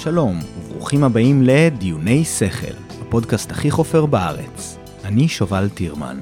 שלום, וברוכים הבאים לדיוני שכל, הפודקאסט הכי חופר בארץ. אני שובל תירמן.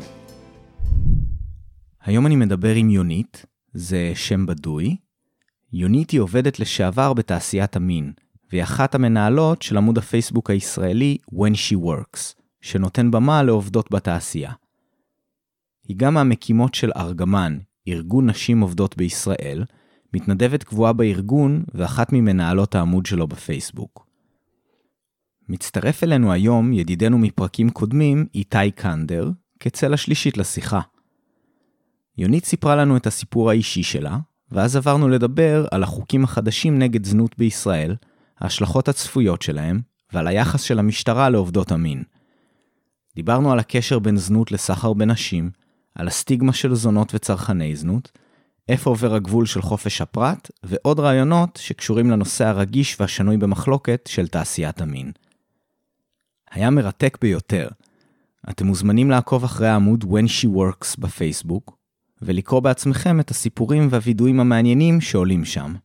היום אני מדבר עם יונית, זה שם בדוי. יונית היא עובדת לשעבר בתעשיית המין, והיא אחת המנהלות של עמוד הפייסבוק הישראלי When She Works, שנותן במה לעובדות בתעשייה. היא גם מהמקימות של ארגמן, ארגון נשים עובדות בישראל, מתנדבת קבועה בארגון ואחת ממנהלות העמוד שלו בפייסבוק. מצטרף אלינו היום ידידנו מפרקים קודמים, איתי קנדר, כצלע שלישית לשיחה. יונית סיפרה לנו את הסיפור האישי שלה, ואז עברנו לדבר על החוקים החדשים נגד זנות בישראל, ההשלכות הצפויות שלהם, ועל היחס של המשטרה לעובדות המין. דיברנו על הקשר בין זנות לסחר בנשים, על הסטיגמה של זונות וצרכני זנות, איפה עובר הגבול של חופש הפרט, ועוד רעיונות שקשורים לנושא הרגיש והשנוי במחלוקת של תעשיית המין. היה מרתק ביותר. אתם מוזמנים לעקוב אחרי העמוד When She Works בפייסבוק, ולקרוא בעצמכם את הסיפורים והוידועים המעניינים שעולים שם.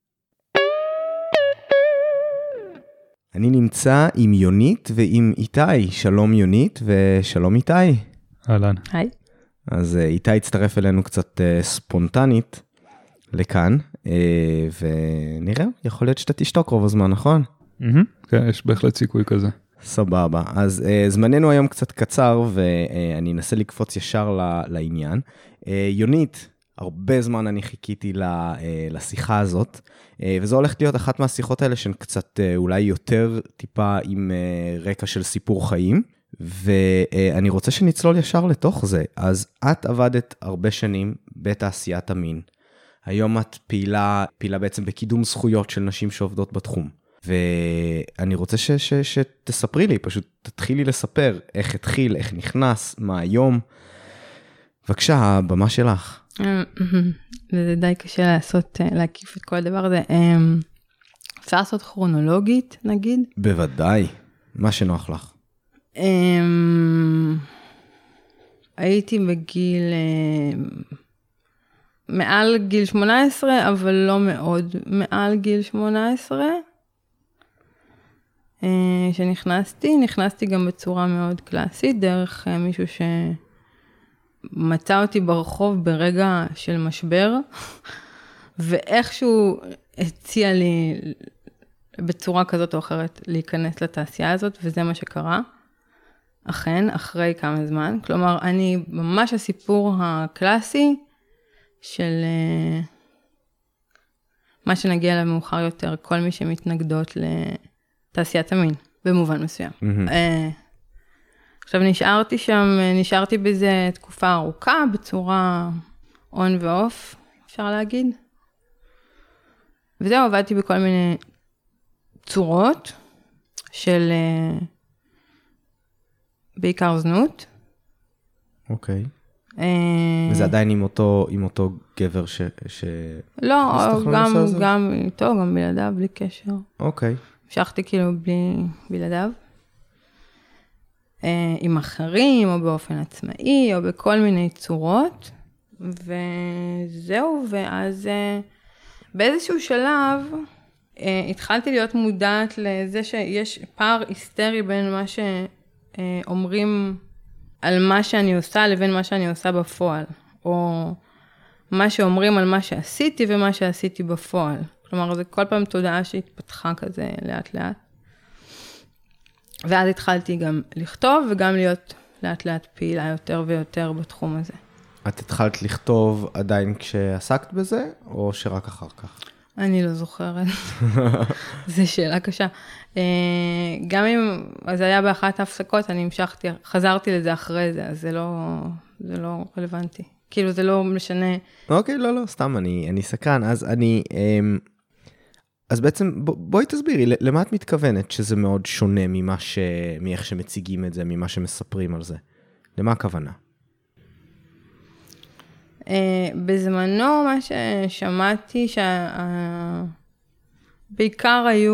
אני נמצא עם יונית ועם איתי. שלום יונית ושלום איתי. אהלן. היי. אז איתי הצטרף אלינו קצת ספונטנית לכאן, ונראה, יכול להיות שאתה תשתוק רוב הזמן, נכון? כן, יש בהחלט סיכוי כזה. סבבה, אז זמננו היום קצת קצר, ואני אנסה לקפוץ ישר לעניין. יונית, הרבה זמן אני חיכיתי לשיחה הזאת, וזו הולכת להיות אחת מהשיחות האלה שהן קצת אולי יותר טיפה עם רקע של סיפור חיים, ואני רוצה שנצלול ישר לתוך זה. אז את עבדת הרבה שנים בתעשיית המין. היום את פעילה בעצם בקידום זכויות של נשים שעובדות בתחום. ואני רוצה שתספרי לי, פשוט תתחילי לספר איך התחיל, איך נכנס, מה היום. בבקשה, הבמה שלך. וזה די קשה להקיף את כל הדבר הזה. אפשר לעשות כרונולוגית, נגיד? בוודאי, מה שנוח לך. הייתי בגיל, מעל גיל 18, אבל לא מאוד מעל גיל 18. נכנסתי גם בצורה מאוד קלאסית, דרך מישהו שמצא אותי ברחוב ברגע של משבר, ואיכשהו הציע לי בצורה כזאת או אחרת להיכנס לתעשייה הזאת, וזה מה שקרה. אכן, אחרי כמה זמן. כלומר, אני ממש הסיפור הקלאסי של מה שנגיע אליו מאוחר יותר, כל מי שמתנגדות לתעשיית המין, במובן מסוים. עכשיו נשארתי בזה תקופה ארוכה, בצורה און ואוף, אפשר להגיד. וזהו, עבדתי בכל מיני צורות של בעיקר זנות. אוקיי. וזה עדיין עם אותו גבר לא, גם איתו, גם בלעדיו, בלי קשר. אוקיי. המשכתי כאילו בלעדיו. עם אחרים, או באופן עצמאי, או בכל מיני צורות. וזהו, ואז באיזשהו שלב התחלתי להיות מודעת לזה שיש פער היסטרי בין מה שאומרים על מה שאני עושה לבין מה שאני עושה בפועל, או מה שאומרים על מה שעשיתי ומה שעשיתי בפועל. כלומר, זה כל פעם תודעה שהתפתחה כזה לאט לאט. ואז התחלתי גם לכתוב וגם להיות לאט לאט פעילה יותר ויותר בתחום הזה. את התחלת לכתוב עדיין כשעסקת בזה, או שרק אחר כך? אני לא זוכרת. זו שאלה קשה. גם אם זה היה באחת ההפסקות, אני חזרתי לזה אחרי זה, אז זה לא רלוונטי. כאילו זה לא משנה. אוקיי, לא, סתם, אני סקרן. אז בעצם בואי תסבירי, למה את מתכוונת שזה מאוד שונה מאיך שמציגים את זה, ממה שמספרים על זה? למה הכוונה? בזמנו מה ששמעתי בעיקר היו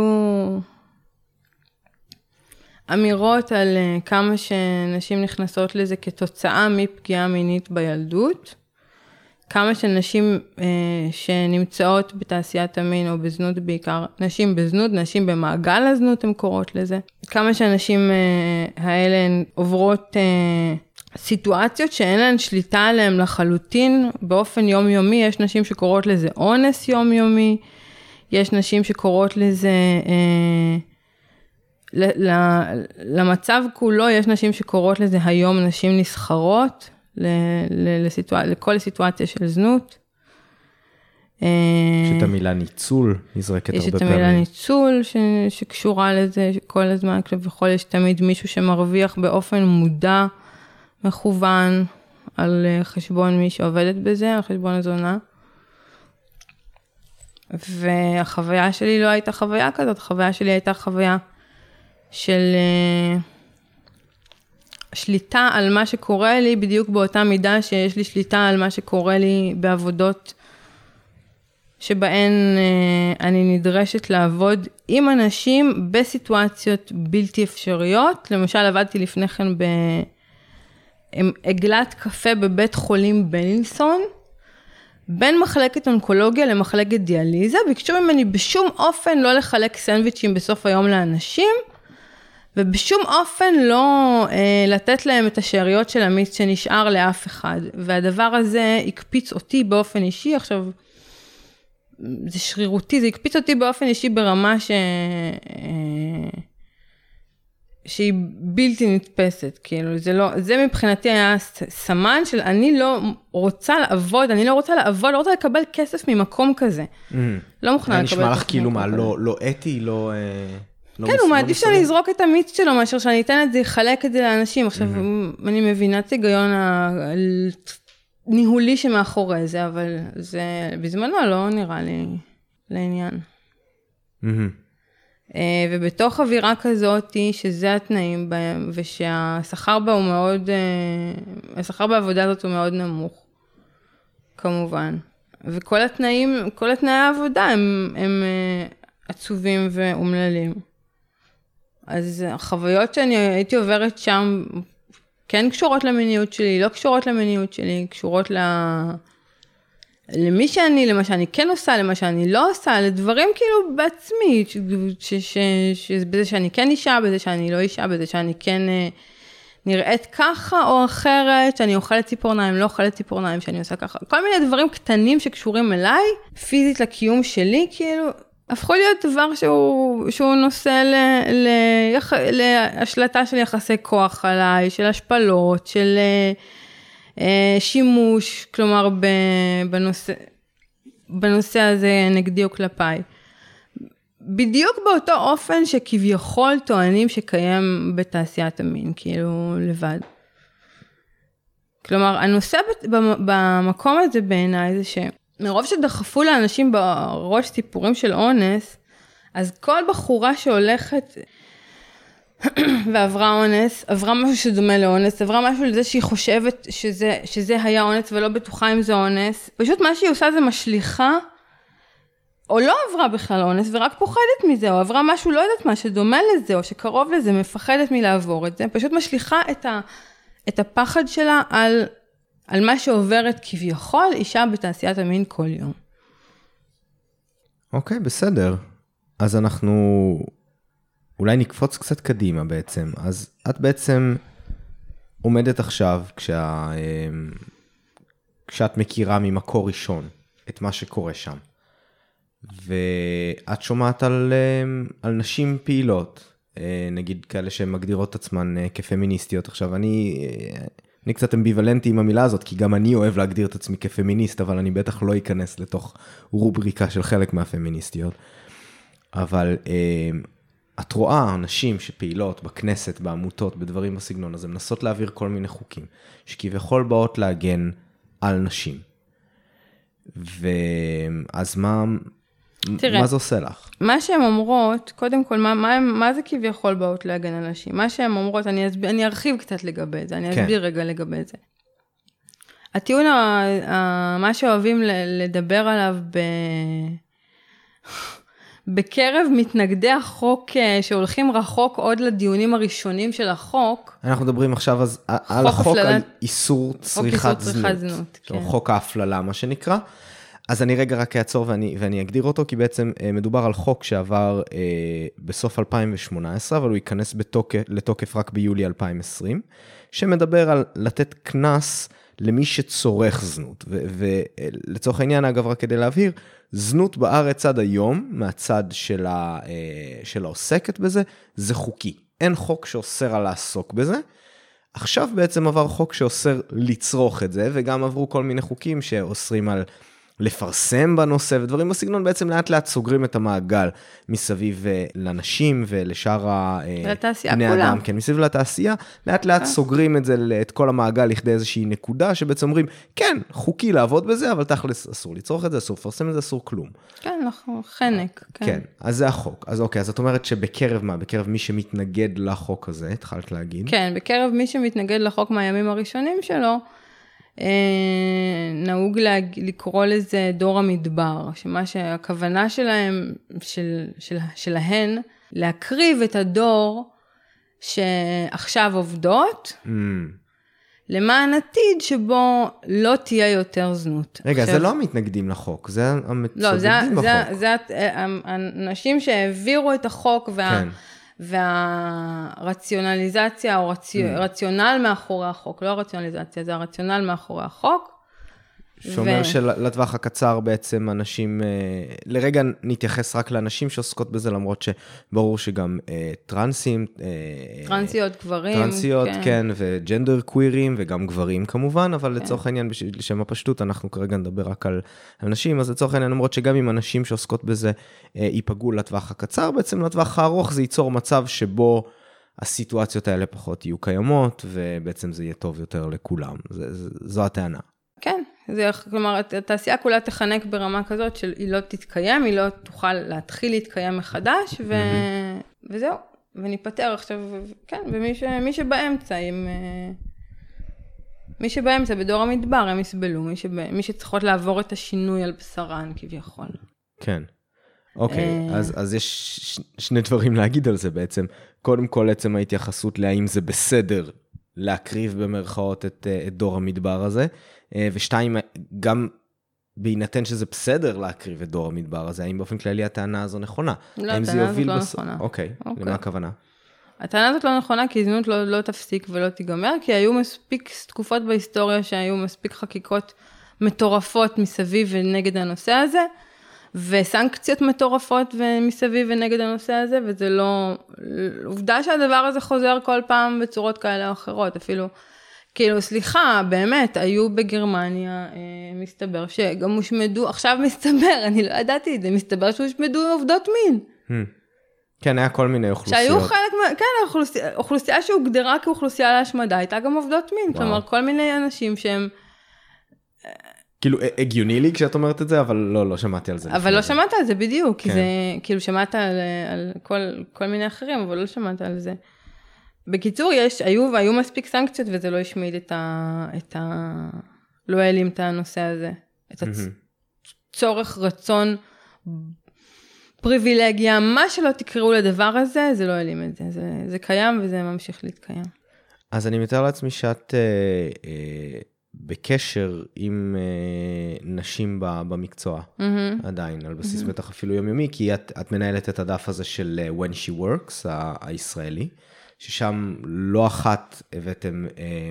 אמירות על כמה שנשים נכנסות לזה כתוצאה מפגיעה מינית בילדות, כמה שנשים שנמצאות בתעשיית המין או בזנות בעיקר, נשים בזנות, נשים במעגל הזנות הן קוראות לזה, כמה שהנשים האלה עוברות סיטואציות שאין להן שליטה עליהן לחלוטין באופן יומיומי, יש נשים שקוראות לזה אונס יומיומי, יש נשים שקוראות לזה, למצב כולו, יש נשים שקוראות לזה היום נשים נסחרות, לכל סיטואציה של זנות. יש את המילה ניצול, נזרקת הרבה פעמים. יש את המילה ניצול שקשורה לזה, שכל הזמן כביכול יש תמיד מישהו שמרוויח באופן מודע, מכוון, על חשבון מי שעובדת בזה, על חשבון הזונה. והחוויה שלי לא הייתה חוויה כזאת, החוויה שלי הייתה חוויה של שליטה על מה שקורה לי, בדיוק באותה מידה שיש לי שליטה על מה שקורה לי בעבודות שבהן אני נדרשת לעבוד עם אנשים בסיטואציות בלתי אפשריות. למשל, עבדתי לפני כן בעגלת קפה בבית חולים בלינסון, בין מחלקת אונקולוגיה למחלקת דיאליזה, ביקשו ממני בשום אופן לא לחלק סנדוויצ'ים בסוף היום לאנשים, ובשום אופן לא לתת להם את השאריות של המיץ שנשאר לאף אחד. והדבר הזה הקפיץ אותי באופן אישי, עכשיו זה שרירותי, זה הקפיץ אותי באופן אישי ברמה שהיא בלתי נתפסת, כאילו, זה מבחינתי היה סמן של אני לא רוצה לעבוד, לא רוצה לקבל כסף ממקום כזה. לא מוכנה לקבל כסף. נשמע לך כאילו מה, לא אתי, לא... כן, הוא מעדיף שאני אזרוק את המיץ שלו, מאשר שאני אתן את זה, יחלק את זה לאנשים. עכשיו, אני מבינה את היגיון הניהולי שמאחורי זה, אבל זה בזמנו לא נראה לי לעניין. ובתוך אווירה כזאת, שזה התנאים בהם, ושהשכר בה הוא מאוד, השכר בעבודה הזאת הוא מאוד נמוך, כמובן. וכל התנאים, כל תנאי העבודה הם עצובים ואומללים. אז החוויות שאני הייתי עוברת שם, כן קשורות למיניות שלי, לא קשורות למיניות שלי, קשורות למי שאני, למה שאני כן עושה, למה שאני לא עושה, לדברים כאילו בעצמי, בזה שאני כן אישה, בזה שאני לא אישה, בזה שאני כן נראית ככה או אחרת, שאני אוכלת ציפורניים, לא אוכלת ציפורניים, שאני עושה ככה. כל מיני דברים קטנים שקשורים אליי, פיזית לקיום שלי, כאילו, הפכו להיות דבר שהוא נושא להשלטה של יחסי כוח עליי, של השפלות, של שימוש, כלומר בנושא הזה נגדי או כלפיי. בדיוק באותו אופן שכביכול טוענים שקיים בתעשיית המין, כאילו לבד. כלומר, הנושא במקום הזה בעיניי זה מרוב שדחפו לאנשים בראש סיפורים של אונס, אז כל בחורה שהולכת ועברה אונס, עברה משהו שדומה לאונס, עברה משהו לזה שהיא חושבת שזה היה אונס ולא בטוחה אם זה אונס, פשוט מה שהיא עושה זה משליחה, או לא עברה בכלל אונס ורק פוחדת מזה, או עברה משהו לא יודעת מה שדומה לזה, או שקרוב לזה, מפחדת מלעבור את זה, פשוט משליחה את הפחד שלה על מה שעוברת כביכול אישה בתעשיית המין כל יום. אוקיי, בסדר. אז אנחנו אולי נקפוץ קצת קדימה בעצם. אז את בעצם עומדת עכשיו כשאת מכירה ממקור ראשון את מה שקורה שם. ואת שומעת על נשים פעילות, נגיד כאלה שהן מגדירות עצמן כפמיניסטיות. עכשיו אני קצת אמביוולנטי עם המילה הזאת, כי גם אני אוהב להגדיר את עצמי כפמיניסט, אבל אני בטח לא אכנס לתוך רובריקה של חלק מהפמיניסטיות. אבל את רואה נשים שפעילות בכנסת, בעמותות, בדברים בסגנון הזה, מנסות להעביר כל מיני חוקים, שכביכול באות להגן על נשים. ואז מה זה עושה לך? מה שהן אומרות, קודם כל, מה זה כביכול באות להגן על נשים? מה שהן אומרות, אני ארחיב קצת לגבי זה, אני אסביר רגע לגבי זה. הטיעון, מה שאוהבים לדבר עליו בקרב מתנגדי החוק שהולכים רחוק עוד לדיונים הראשונים של החוק. אנחנו מדברים עכשיו על החוק על איסור צריכת זנות. כן. חוק ההפללה, מה שנקרא. אז אני רגע רק אעצור ואני אגדיר אותו, כי בעצם מדובר על חוק שעבר בסוף 2018, אבל הוא ייכנס לתוקף רק ביולי 2020, שמדבר על לתת כנס למי שצורך זנות. ולצורך העניין, אגב, רק כדי להבהיר, זנות בארץ עד היום, מהצד של העוסקת בזה, זה חוקי. אין חוק שאוסר על לעסוק בזה. עכשיו בעצם עבר חוק שאוסר לצרוך את זה, וגם עברו כל מיני חוקים שאוסרים על לפרסם בנושא, ודברים בסגנון בעצם לאט לאט סוגרים את המעגל מסביב לנשים ולשאר בני אדם, כן, מסביב לתעשייה, לאט לאט סוגרים את זה, את כל המעגל לכדי איזושהי נקודה, שבעצם אומרים, כן, חוקי לעבוד בזה, אבל תכלס אסור לצרוך את זה, אסור לפרסם את זה, אסור כלום. כן, אנחנו חנק. כן, אז זה החוק. אז אוקיי, אז את אומרת שבקרב מה? בקרב מי שמתנגד לחוק הזה, התחלת להגיד? כן, בקרב מי שמתנגד לחוק מהימים הראשונים שלו, נהוג לקרוא לזה דור המדבר, שמה שהכוונה שלהם, שלהן, להקריב את הדור שעכשיו עובדות, למען עתיד שבו לא תהיה יותר זנות. רגע, עכשיו, זה לא המתנגדים לחוק, זה המצודדים בחוק. זה האנשים שהעבירו את החוק והרציונליזציה, או רציונל מאחורי החוק, לא הרציונליזציה, זה הרציונל מאחורי החוק. שאומר שלטווח הקצר בעצם אנשים, לרגע נתייחס רק לאנשים שעוסקות בזה, למרות שברור שגם טרנסים, טרנסיות, גברים, טרנסיות, כן, וג'נדר קווירים, וגם גברים כמובן, אבל לצורך העניין, לשם הפשטות, אנחנו כרגע נדבר רק על אנשים, אז לצורך העניין, למרות שגם אם אנשים שעוסקות בזה ייפגעו לטווח הקצר, בעצם לטווח הארוך זה ייצור מצב שבו הסיטואציות האלה פחות יהיו קיימות, ובעצם זה יהיה טוב יותר לכולם. זו הטענה. כן, כלומר, התעשייה כולה תחנק ברמה כזאת שהיא לא תתקיים, היא לא תוכל להתחיל להתקיים מחדש, וזהו, וניפטר עכשיו, כן, ומי שבאמצע, מי שבאמצע בדור המדבר, הם יסבלו, מי שצריכות לעבור את השינוי על בשרן כביכול. כן, אוקיי, אז יש שני דברים להגיד על זה בעצם. קודם כל, עצם ההתייחסות להאם זה בסדר להקריב במרכאות את דור המדבר הזה, ושתיים, גם בהינתן שזה בסדר להקריב את דור המדבר הזה, האם באופן כללי הטענה הזו נכונה? לא, הטענה הזאת לא נכונה. אוקיי, למה הכוונה? הטענה הזאת לא נכונה, כי זנות לא תפסיק ולא תיגמר, כי היו מספיק תקופות בהיסטוריה שהיו מספיק חקיקות מטורפות מסביב ונגד הנושא הזה, וסנקציות מטורפות מסביב ונגד הנושא הזה, וזה לא, עובדה שהדבר הזה חוזר כל פעם בצורות כאלה או אחרות, אפילו, כאילו, סליחה, באמת, היו בגרמניה, מסתבר שגם הושמדו, עכשיו מסתבר, אני לא ידעתי את זה, מסתבר שהושמדו עובדות מין. כן, היה כל מיני אוכלוסיות. שהיו חלק, כן, אוכלוסייה שהוגדרה כאוכלוסייה להשמדה, הייתה גם עובדות מין, כלומר, כל מיני אנשים שהם, כאילו, הגיוני לי כשאת אומרת את זה, אבל לא שמעתי על זה. אבל לא שמעת על זה בדיוק, כי זה, כאילו, שמעת על כל מיני אחרים, אבל לא שמעת על זה. בקיצור, היו מספיק סנקציות, וזה לא השמיד לא העלים את הנושא הזה. את הצורך, רצון, פריבילגיה, מה שלא תקראו לדבר הזה, זה לא העלים את זה. זה קיים וזה ממשיך להתקיים. אז אני מתאר לעצמי שאת בקשר עם נשים במקצוע, עדיין, על בסיס בטח אפילו יומיומי, כי את מנהלת את הדף הזה של When She Works, הישראלי, ששם לא אחת הבאתם,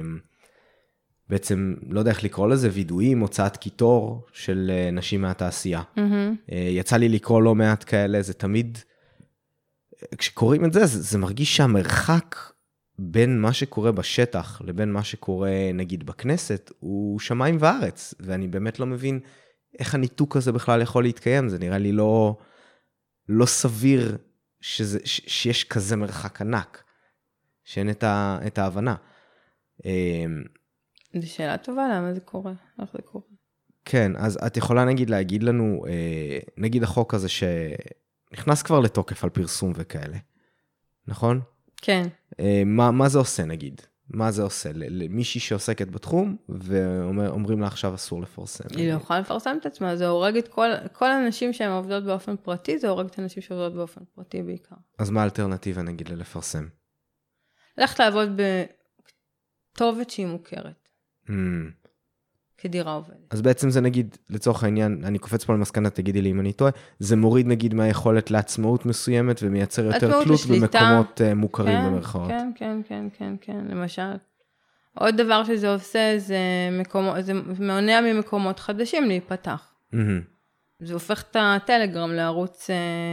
בעצם לא יודע איך לקרוא לזה, וידועים, הוצאת קיטור של נשים מהתעשייה. יצא לי לקרוא לא מעט כאלה, זה תמיד, כשקוראים את זה, זה מרגיש שהמרחק בין מה שקורה בשטח לבין מה שקורה נגיד בכנסת, הוא שמיים וארץ, ואני באמת לא מבין איך הניתוק הזה בכלל יכול להתקיים, זה נראה לי לא סביר שיש כזה מרחק ענק, שאין את ההבנה. זו שאלה טובה, למה זה קורה? איך זה קורה? כן, אז את יכולה נגיד להגיד לנו, נגיד החוק הזה שנכנס כבר לתוקף על פרסום וכאלה, נכון? כן. מה זה עושה נגיד? מה זה עושה? למישהי שעוסקת בתחום, ואומרים לה עכשיו אסור לפרסם. היא לא יכולה לפרסם את עצמה, זה הורג את כל האנשים שהן עובדות באופן פרטי, זה הורג את האנשים שעובדות באופן פרטי בעיקר. אז מה האלטרנטיבה נגיד ללפרסם? ללכת לעבוד בכתובת שהיא מוכרת. כדירה עובדת. אז בעצם זה נגיד, לצורך העניין, אני קופץ פה למסקנה, תגידי לי אם אני טועה, זה מוריד נגיד מהיכולת לעצמאות מסוימת, ומייצר יותר תלות במקומות מוכרים במרכאות. כן, למשל. עוד דבר שזה עושה, זה מונע ממקומות חדשים להיפתח. זה הופך את הטלגרם לערוץ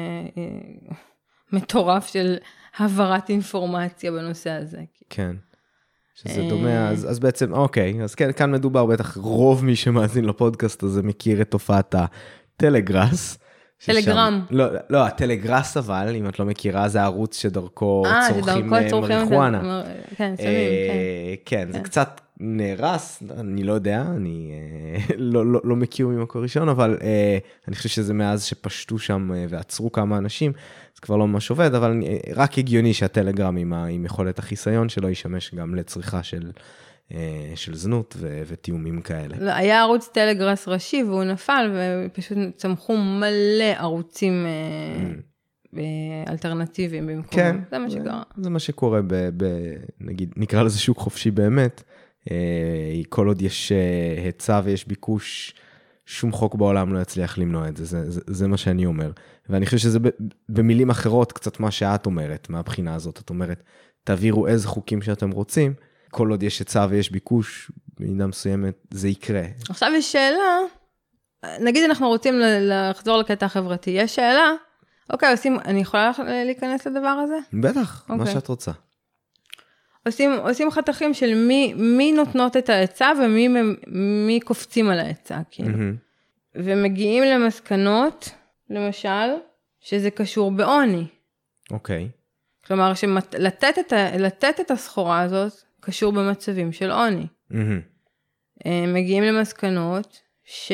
מטורף של העברת אינפורמציה בנושא הזה. כן. שזה דומה, אז בעצם, אוקיי, אז כן, כאן מדובר בטח רוב מי שמאזין לפודקאסט הזה מכיר את תופעת הטלגראס. טלגרם. לא, הטלגראס אבל, אם את לא מכירה, זה הערוץ שדרכו צורכים מריחואנה. כן, סמים, כן, זה קצת נהרס, אני לא יודע, אני לא מכיר ממקור ראשון, אבל אני חושב שזה מאז שפשטו שם ועצרו כמה אנשים, זה כבר לא ממש עובד, אבל רק הגיוני שהטלגרם עם יכולת החיסיון שלו ישמש גם לצריכה של זנות ותיאומים כאלה. לא, היה ערוץ טלגראס ראשי והוא נפל, ופשוט צמחו מלא ערוצים אלטרנטיביים במקום. כן, זה מה שקרה. זה מה שקורה נגיד, נקרא לזה שוק חופשי באמת, כל עוד יש היצע ויש ביקוש, שום חוק בעולם לא יצליח למנוע את זה, זה מה שאני אומר. ואני חושב שזה במילים אחרות קצת מה שאת אומרת, מהבחינה הזאת. את אומרת, תעבירו איזה חוקים שאתם רוצים, כל עוד יש היצע ויש ביקוש, במידה מסוימת, זה יקרה. עכשיו יש שאלה, נגיד אנחנו רוצים לחזור לקטע החברתי, יש שאלה, אוקיי, אני יכולה להיכנס לדבר הזה? בטח, מה שאת רוצה. עושים חתכים של מי נותנות את ההיצע ומי קופצים על ההיצע, כאילו. ומגיעים למסקנות, למשל, שזה קשור בעוני. אוקיי. כלומר, לתת את הסחורה הזאת קשור במצבים של עוני. מגיעים למסקנות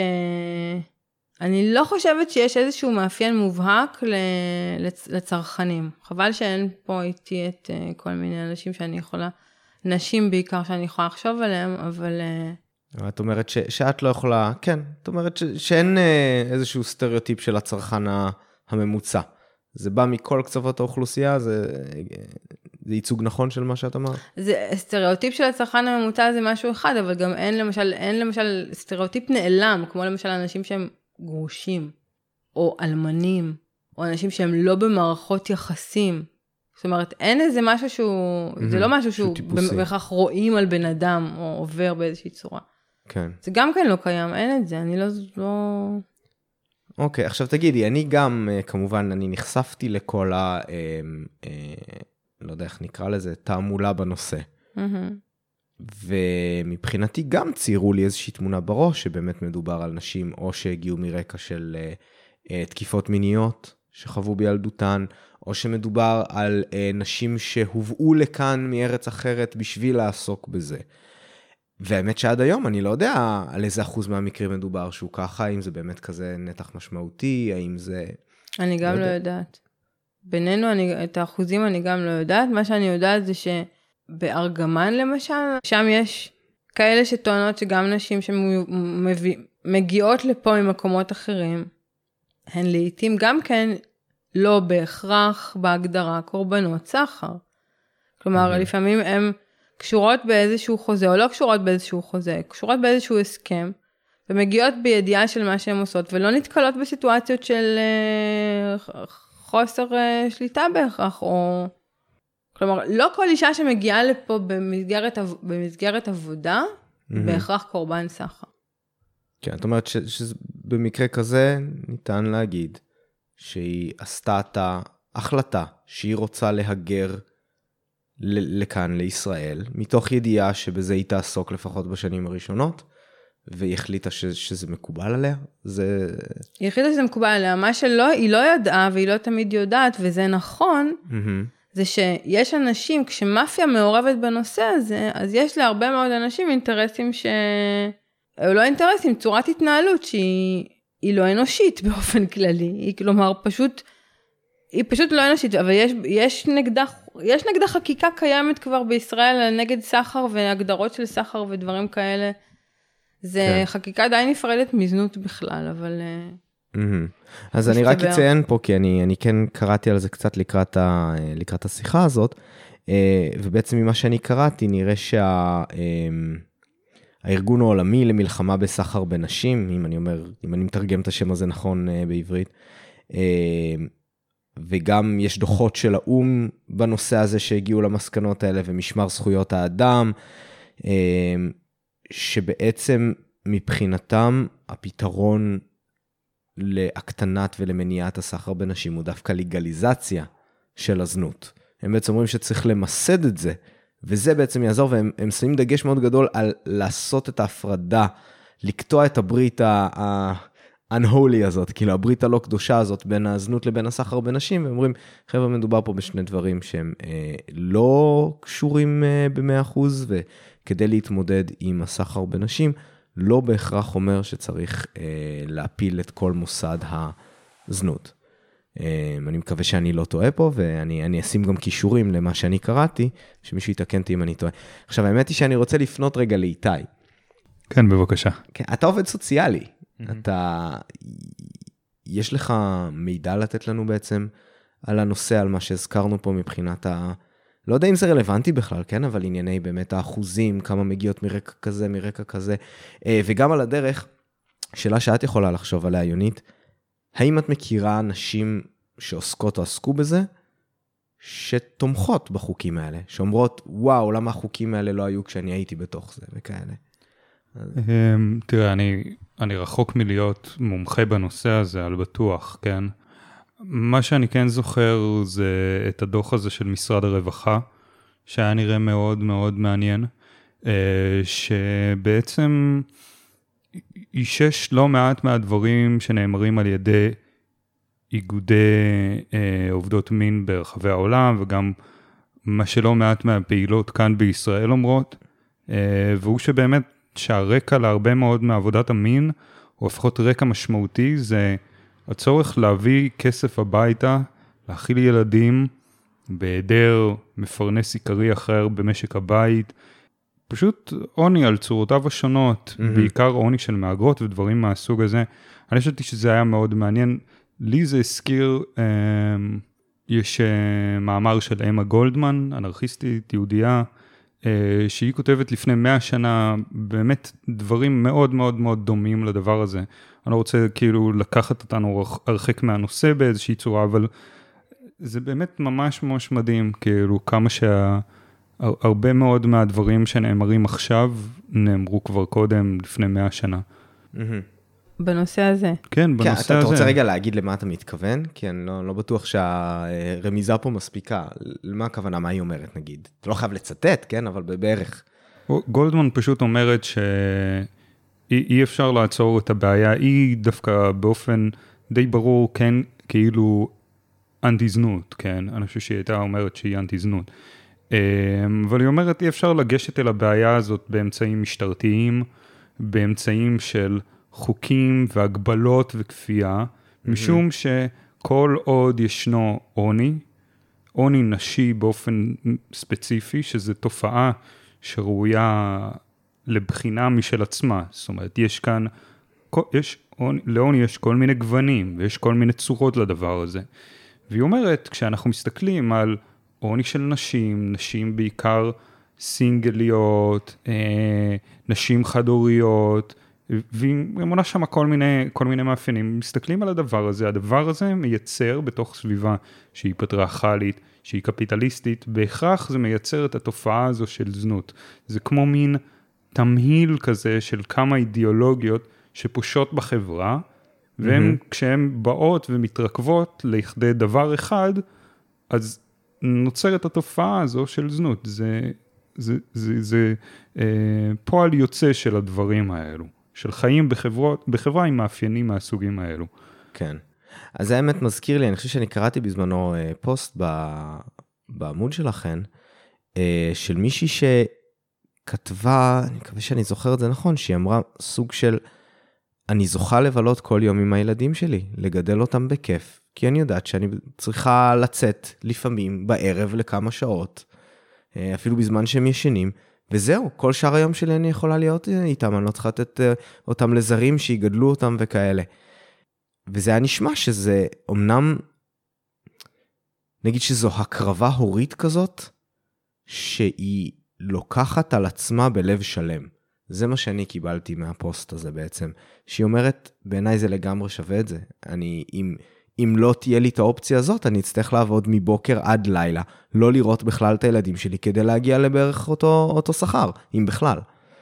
שאני לא חושבת שיש איזשהו מאפיין מובהק לצרכנים. חבל שאין פה איתי את כל מיני אנשים שאני יכולה, נשים בעיקר שאני יכולה לחשוב עליהם, אבל... את אומרת שאת לא יכולה, כן, את אומרת שאין איזשהו סטריאוטיפ של הצרכן הממוצע. זה בא מכל קצוות האוכלוסייה, זה ייצוג נכון של מה שאת אמרת? זה סטריאוטיפ של הצרכן הממוצע זה משהו אחד, אבל גם אין למשל סטריאוטיפ נעלם, כמו למשל אנשים שהם גרושים, או אלמנים, או אנשים שהם לא במערכות יחסים. זאת אומרת, אין איזה משהו שהוא, זה לא משהו שהוא בכך רואים על בן אדם, או עובר באיזושהי צורה. כן. זה גם כן לא קיים, אין את זה, אני לא... אוקיי, עכשיו תגידי, אני גם, כמובן, אני נחשפתי לכל לא יודע איך נקרא לזה, תעמולה בנושא. ומבחינתי גם ציירו לי איזושהי תמונה בראש, שבאמת מדובר על נשים, או שהגיעו מרקע של תקיפות מיניות, שחוו בילדותן, או שמדובר על נשים שהובאו לכאן מארץ אחרת בשביל לעסוק בזה. והאמת שעד היום אני לא יודע על איזה אחוז מהמקרים מדובר שהוא ככה, האם זה באמת כזה נתח משמעותי, האם זה... אני גם לא יודעת. בינינו, את האחוזים אני גם לא יודעת. מה שאני יודעת זה שבארגמן למשל, שם יש כאלה שטוענות שגם נשים שמגיעות לפה ממקומות אחרים, הן לעתים גם כן לא בהכרח בהגדרה קורבנות סחר. כלומר, לפעמים הן קשורות באיזשהו חוזה, או לא קשורות באיזשהו חוזה, קשורות באיזשהו הסכם, ומגיעות בידיעה של מה שהן עושות, ולא נתקלות בסיטואציות של חוסר שליטה בהכרח, או... כלומר, לא כל אישה שמגיעה לפה במסגרת עבודה, בהכרח קורבן סחר. כן, את אומרת שבמקרה כזה ניתן להגיד שהיא עשתה את ההחלטה שהיא רוצה להגר לכאן, לישראל, מתוך ידיעה שבזה היא תעסוק לפחות בשנים הראשונות, והיא החליטה שזה מקובל עליה? היא החליטה שזה מקובל עליה, מה שלא, היא לא ידעה והיא לא תמיד יודעת, וזה נכון, זה שיש אנשים, כשמאפיה מעורבת בנושא הזה, אז יש להרבה מאוד אנשים אינטרסים או לא אינטרסים, צורת התנהלות שהיא לא אנושית באופן כללי, היא כלומר פשוט היא פשוט לא אנושית, אבל יש נגדה חקיקה קיימת כבר בישראל, נגד סחר והגדרות של סחר ודברים כאלה. זה חקיקה די נפרדת מזנות בכלל, אבל... אז אני רק אציין פה, כי אני כן קראתי על זה קצת לקראת השיחה הזאת, ובעצם ממה שאני קראתי, נראה הארגון העולמי למלחמה בסחר בנשים, אם אני מתרגם את השם הזה נכון בעברית, וגם יש דוחות של האום בנושא הזה שהגיעו למסקנות האלה, ומשמר זכויות האדם, שבעצם מבחינתם הפתרון להקטנת ולמניעת הסחר בנשים הוא דווקא לגליזציה של הזנות. הם בעצם אומרים שצריך למסד את זה, וזה בעצם יעזור, והם שמים דגש מאוד גדול על לעשות את ההפרדה, לקטוע את הברית ה-unholy הזאת, כאילו הברית הלא קדושה הזאת, בין הזנות לבין הסחר בנשים, והם אומרים, חבר'ה, מדובר פה בשני דברים שהם לא קשורים ב-100%, וכדי להתמודד עם הסחר בנשים, לא בהכרח אומר שצריך להפיל את כל מוסד הזנות. אני מקווה שאני לא טועה פה, ואני אשים גם קישורים למה שאני קראתי, שמישהו יתקן אותי אם אני טועה. עכשיו, האמת היא שאני רוצה לפנות רגע לאיתי. כן, בבקשה. כן, אתה עובד סוציאלי. יש לך מידע לתת לנו בעצם על הנושא, על מה שהזכרנו פה מבחינת לא יודע אם זה רלוונטי בכלל, כן? אבל ענייני באמת האחוזים, כמה מגיעות מרקע כזה, מרקע כזה, וגם על הדרך, שאלה שאת יכולה לחשוב עליה, יונית, האם את מכירה נשים שעוסקות או עסקו בזה, שתומכות בחוקים האלה, שאומרות, וואו, למה החוקים האלה לא היו כשאני הייתי בתוך זה, וכאלה? תראה, אני רחוק מלהיות מומחה בנושא הזה, על בטוח, כן? מה שאני כן זוכר זה את הדוח הזה של משרד הרווחה, שהיה נראה מאוד מאוד מעניין, שבעצם אישש לא מעט מהדברים שנאמרים על ידי איגודי עובדות מין ברחבי העולם, וגם מה שלא מעט מהפעילות כאן בישראל אומרות, והוא שבאמת שהרקע להרבה מאוד מעבודת המין, או לפחות רקע משמעותי, זה הצורך להביא כסף הביתה, להאכיל ילדים, בהיעדר מפרנס עיקרי אחר במשק הבית, פשוט עוני על צורותיו השונות, בעיקר עוני של מהגרות ודברים מהסוג הזה. אני חשבתי שזה היה מאוד מעניין. לי זה הזכיר, יש מאמר של אמה גולדמן, אנרכיסטית, יהודייה, שהיא כותבת לפני 100 שנה, באמת דברים מאוד מאוד מאוד דומים לדבר הזה. אני לא רוצה כאילו לקחת אותנו הרחק מהנושא באיזושהי צורה, אבל זה באמת ממש ממש מדהים, כאילו כמה הרבה מאוד מהדברים שנאמרים עכשיו, נאמרו כבר קודם, לפני 100 שנה. בנושא הזה. כן, בנושא הזה. אתה רוצה רגע להגיד למה אתה מתכוון? כי אני לא בטוח שהרמיזה פה מספיקה. למה הכוונה? מה היא אומרת, נגיד? אתה לא חייב לצטט, כן? אבל בערך. גולדמן פשוט אומרת שאי אפשר לעצור את הבעיה. היא דווקא באופן די ברור, כן, כאילו אנטי-זנות, כן? אני חושב שהיא הייתה אומרת שהיא אנטי-זנות. אבל היא אומרת, אי אפשר לגשת אל הבעיה הזאת באמצעים משטרתיים, באמצעים של חוקים והגבלות וכפייה, משום שכל עוד ישנו עוני נשי באופן ספציפי, שזה תופעה שראויה לבחינה משל עצמה. זאת אומרת, לעוני יש כל מיני גוונים, ויש כל מיני צורות לדבר הזה. והיא אומרת, כשאנחנו מסתכלים על עוני של נשים בעיקר סינגליות, נשים חד-הוריות, והיא מונה שם כל מיני מאפיינים. מסתכלים על הדבר הזה מייצר בתוך סביבה שהיא פטריארכלית, שהיא קפיטליסטית, בהכרח זה מייצר את התופעה הזו של זנות. זה כמו מין תמהיל כזה של כמה אידיאולוגיות שפושות בחברה, והן כשהן באות ומתרכבות לכדי דבר אחד, אז נוצרת התופעה הזו של זנות. זה פועל יוצא של הדברים האלו. של חיים בחברה עם מאפיינים מהסוגים האלו. כן. אז האמת מזכיר לי, אני חושב שאני קראתי בזמנו פוסט בעמוד שלכם, של מישהי שכתבה, אני מקווה שאני זוכר את זה נכון, שהיא אמרה סוג של, אני זוכה לבלות כל יום עם הילדים שלי, לגדל אותם בכיף, כי אני יודעת שאני צריכה לצאת לפעמים בערב לכמה שעות, אפילו בזמן שהם ישנים, וזהו, כל שאר היום שלי אני יכולה להיות איתם, אני לא צריכה לתת אותם לזרים שיגדלו אותם וכאלה. וזה היה נשמע שזה, אמנם, נגיד שזו הקרבה הורית כזאת, שהיא לוקחת על עצמה בלב שלם. זה מה שאני קיבלתי מהפוסט הזה בעצם, שהיא אומרת, בעיניי זה לגמרי שווה את זה. אם לא תהיה לי את האופציה הזאת, אני אצטרך לעבוד מבוקר עד לילה, לא לראות בכלל את הילדים שלי, כדי להגיע לבערך אותו שכר, אם בכלל.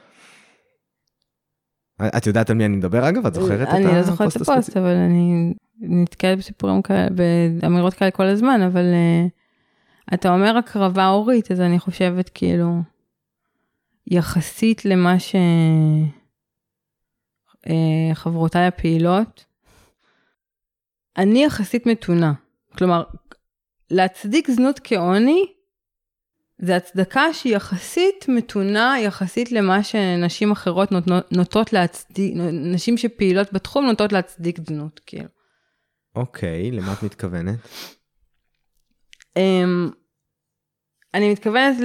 את יודעת על מי אני מדבר אגב? את זוכרת את הפוסט הספציפי? אני לא זוכרת את הפוסט, אבל אני נתקלת בסיפורים כאלה, באמירות כאלה כל הזמן, אבל אתה אומר הקרבה הורית, אז אני חושבת כאילו, יחסית למה שחברותיי הפעילות, אני יחסית מתונה. כלומר, להצדיק זנות כעוני, זה הצדקה שהיא יחסית מתונה, יחסית למה שנשים אחרות נוטות להצדיק, נשים שפעילות בתחום נוטות להצדיק זנות, כאילו. אוקיי, למה את מתכוונת? אני מתכוונת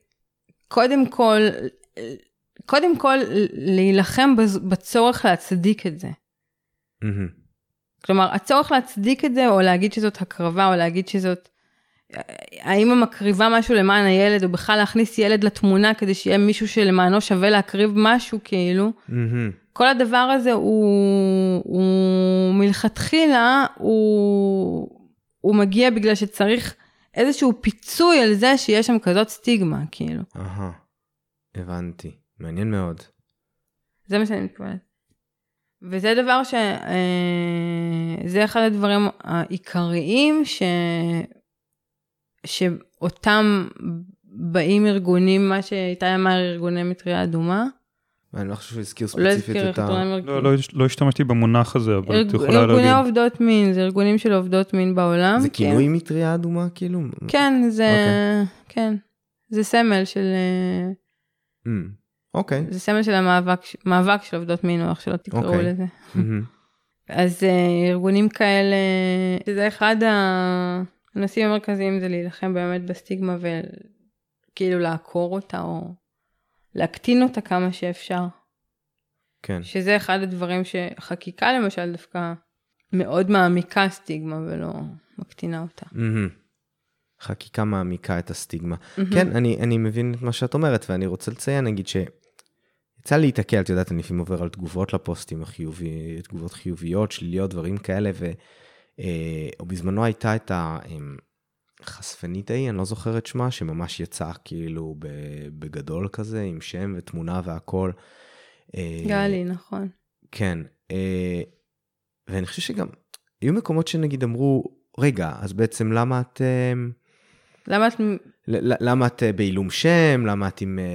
קודם כל להילחם בצורך להצדיק את זה. כלומר, הצורך להצדיק את זה, או להגיד שזאת הקרבה, או להגיד שזאת, האמא מקריבה משהו למען הילד, או בכלל להכניס ילד לתמונה, כדי שיהיה מישהו שלמענו שווה להקריב משהו, כאילו. כל הדבר הזה הוא מלכתחילה, הוא מגיע בגלל שצריך איזשהו פיצוי על זה שיש שם כזאת סטיגמה, כאילו. הבנתי. מעניין מאוד. זה מה שאני מתכוונת. וזה דבר זה אחד הדברים העיקריים שאותם באים ארגונים, מה שאיתי אמר ארגוני מטריה אדומה. אני לא חושב שהוא הזכיר ספציפית את לא השתמשתי במונח הזה, אבל את יכולה להגיד. ארגוני עובדות מין, זה ארגונים של עובדות מין בעולם. זה כינוי מטריה אדומה כאילו? כן, זה סמל של... אוקיי. זה סמל של המאבק של עובדות מין, או איך שלא תקראו לזה. אז ארגונים כאלה, זה אחד הנושאים המרכזיים, זה להילחם באמת בסטיגמה, וכאילו לעקור אותה, או להקטין אותה כמה שאפשר. כן. שזה אחד הדברים שחקיקה למשל דווקא מאוד מעמיקה סטיגמה, ולא מקטינה אותה. חקיקה מעמיקה את הסטיגמה. כן, אני מבין את מה שאת אומרת, ואני רוצה לציין, נגיד יצא להתעכל, את יודעת, אני לפעמים עובר על תגובות לפוסטים, תגובות חיוביות, שליליות, דברים כאלה, או בזמנו הייתה את החשפנית ההיא, אני לא זוכר את שמה, שממש יצא כאילו בגדול כזה, עם שם ותמונה והכל. גלי, נכון. כן, ואני חושב שגם, היו מקומות שנגיד אמרו, רגע, אז בעצם למה את בעילום שם, למה את עם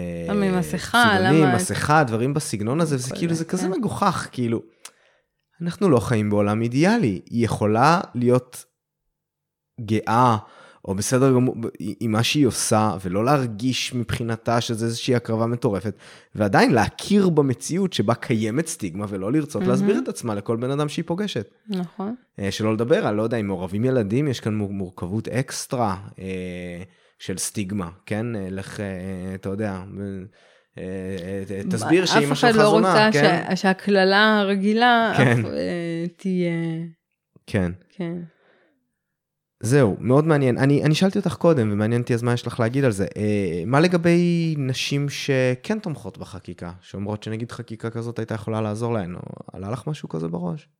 מסכה, דברים בסגנון הזה, וזה כאילו, זה כזה מגוחך, כאילו, אנחנו לא חיים בעולם אידיאלי, היא יכולה להיות גאה, או בסדר עם מה שהיא עושה, ולא להרגיש מבחינתה שזה איזושהי הקרבה מטורפת, ועדיין להכיר במציאות שבה קיימת סטיגמה, ולא לרצות להסביר את עצמה לכל בן אדם שהיא פוגשת. נכון. שלא לדבר, אני לא יודע, אם מעורבים ילדים, יש כאן מורכבות אקסטרה של סטיגמה, כן? לך, אתה יודע, תסביר שאמא שלך זונה, כן? אף אחד לא רוצה שהכללה הרגילה תהיה... כן. כן. זהו, מאוד מעניין. אני שאלתי אותך קודם, ומעניין אותי אז מה יש לך להגיד על זה. מה לגבי נשים שכן תומכות בחקיקה, שאומרות שנגיד חקיקה כזאת הייתה יכולה לעזור להן, או עלה לך משהו כזה בראש?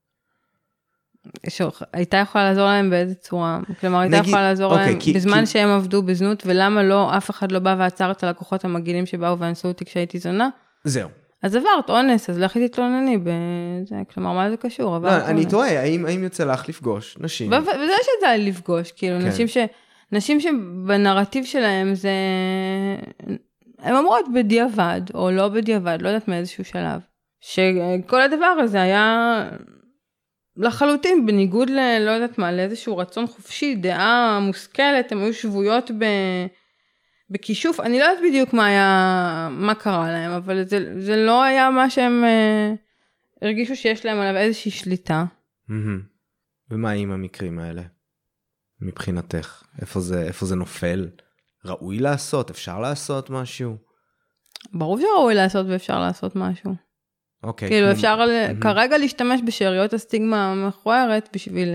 הייתה יכולה לעזור להם באיזה צורה? כלומר, הייתה יכולה לעזור להם בזמן שהם עבדו בזנות, ולמה לא, אף אחד לא בא ועצר את הלקוחות המגעילים שבאו ואנסו אותי כשהייתי זונה? זהו. אז עברת אונס, אז לכי תתלונני בזה, כלומר, מה זה קשור? לא, אני טועה, האם יוצא לך לפגוש נשים? וזה שיצא לי לפגוש, כאילו, נשים שבנרטיב שלהם זה, הן אומרות בדיעבד, או לא בדיעבד, לא יודעת מאיזשהו שלב, שכל הדבר הזה היה לחלוטין, בניגוד לא יודעת מה, לאיזשהו רצון חופשי, דעה מושכלת, הן היו שבויות בכישוף, אני לא יודעת בדיוק מה קרה להם, אבל זה לא היה מה שהם הרגישו שיש להם עליו איזושהי שליטה. ומה עם המקרים האלה? מבחינתך, איפה זה נופל? ראוי לעשות? אפשר לעשות משהו? ברור שראוי לעשות ואפשר לעשות משהו. אוקיי. כאילו אפשר כרגע להשתמש בשאריות הסטיגמה המכוערת בשביל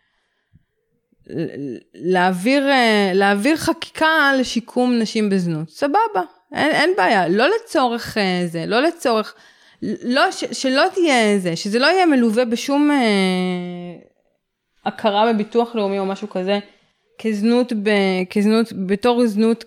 להעביר חקיקה לשיקום נשים בזנות. סבבה, אין בעיה. לא לצורך זה, לא לצורך, שלא תהיה זה, שזה לא יהיה מלווה בשום הכרה בביטוח לאומי או משהו כזה, כזנות, בתור זנות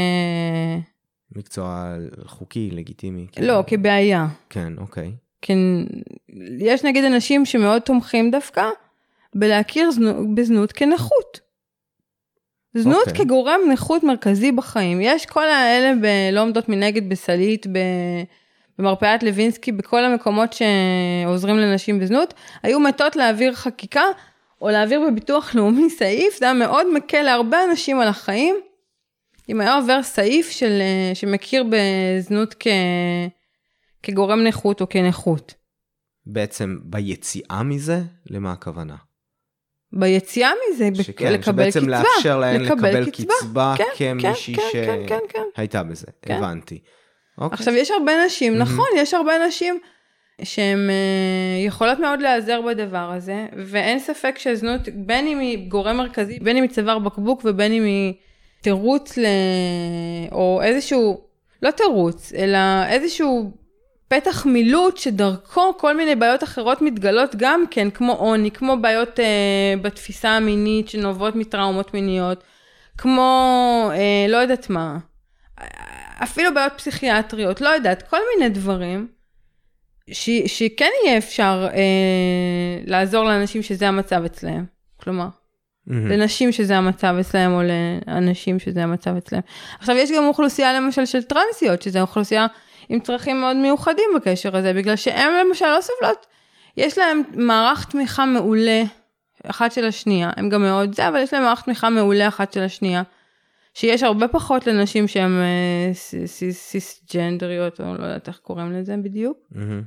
מקצוע חוקי, לגיטימי. לא, כבעיה. כן, אוקיי. כן, יש נגיד אנשים שמאוד תומכים דווקא, בלהכיר בזנות כנכות. זנות כגורם נכות מרכזי בחיים. יש כל האלה לא עומדות מנגד בסלית, במרפאת לוינסקי, בכל המקומות שעוזרים לנשים בזנות, היו מתות להעביר חקיקה, או להעביר בביטוח לאומי סעיף, זה היה מאוד מקל להרבה אנשים על החיים, אם היה עובר סעיף שמכיר בזנות כגורם נכות או כנכות. בעצם ביציאה מזה, למה הכוונה? ביציאה מזה, לקבל קצבה. שבעצם לאפשר להן לקבל קצבה כמישהי שהייתה בזה. הבנתי. עכשיו יש הרבה נשים, נכון, יש הרבה נשים שהן יכולות מאוד להיעזר בדבר הזה, ואין ספק שזנות, בין אם היא גורם מרכזי, בין אם היא צוואר בקבוק, ובין אם היא תירוץ או איזשהו, לא תירוץ, אלא איזשהו פתח מילוט שדרכו כל מיני בעיות אחרות מתגלות גם כן, כמו עוני, כמו בעיות בתפיסה המינית שנובעות מטראומות מיניות, כמו לא יודעת מה, אפילו בעיות פסיכיאטריות, לא יודעת, כל מיני דברים, שכן יהיה אפשר לעזור לאנשים שזה המצב אצלהם, כלומר, לנשים שזה המצב אצלהם, או לאנשים שזה המצב אצלהם. עכשיו, יש גם אוכלוסייה למשל של טרנסיות, שזה אוכלוסייה עם צרכים מאוד מיוחדים בקשר הזה, בגלל שהם למשל לא סובלות, יש להם מערך תמיכה מעולה, אחת של השנייה, הם גם מאוד זה, אבל יש להם מערך תמיכה מעולה אחת של השנייה, שיש הרבה פחות לנשים שהן סיסג'נדריות, או לא יודעת איך קוראים לזה בדיוק,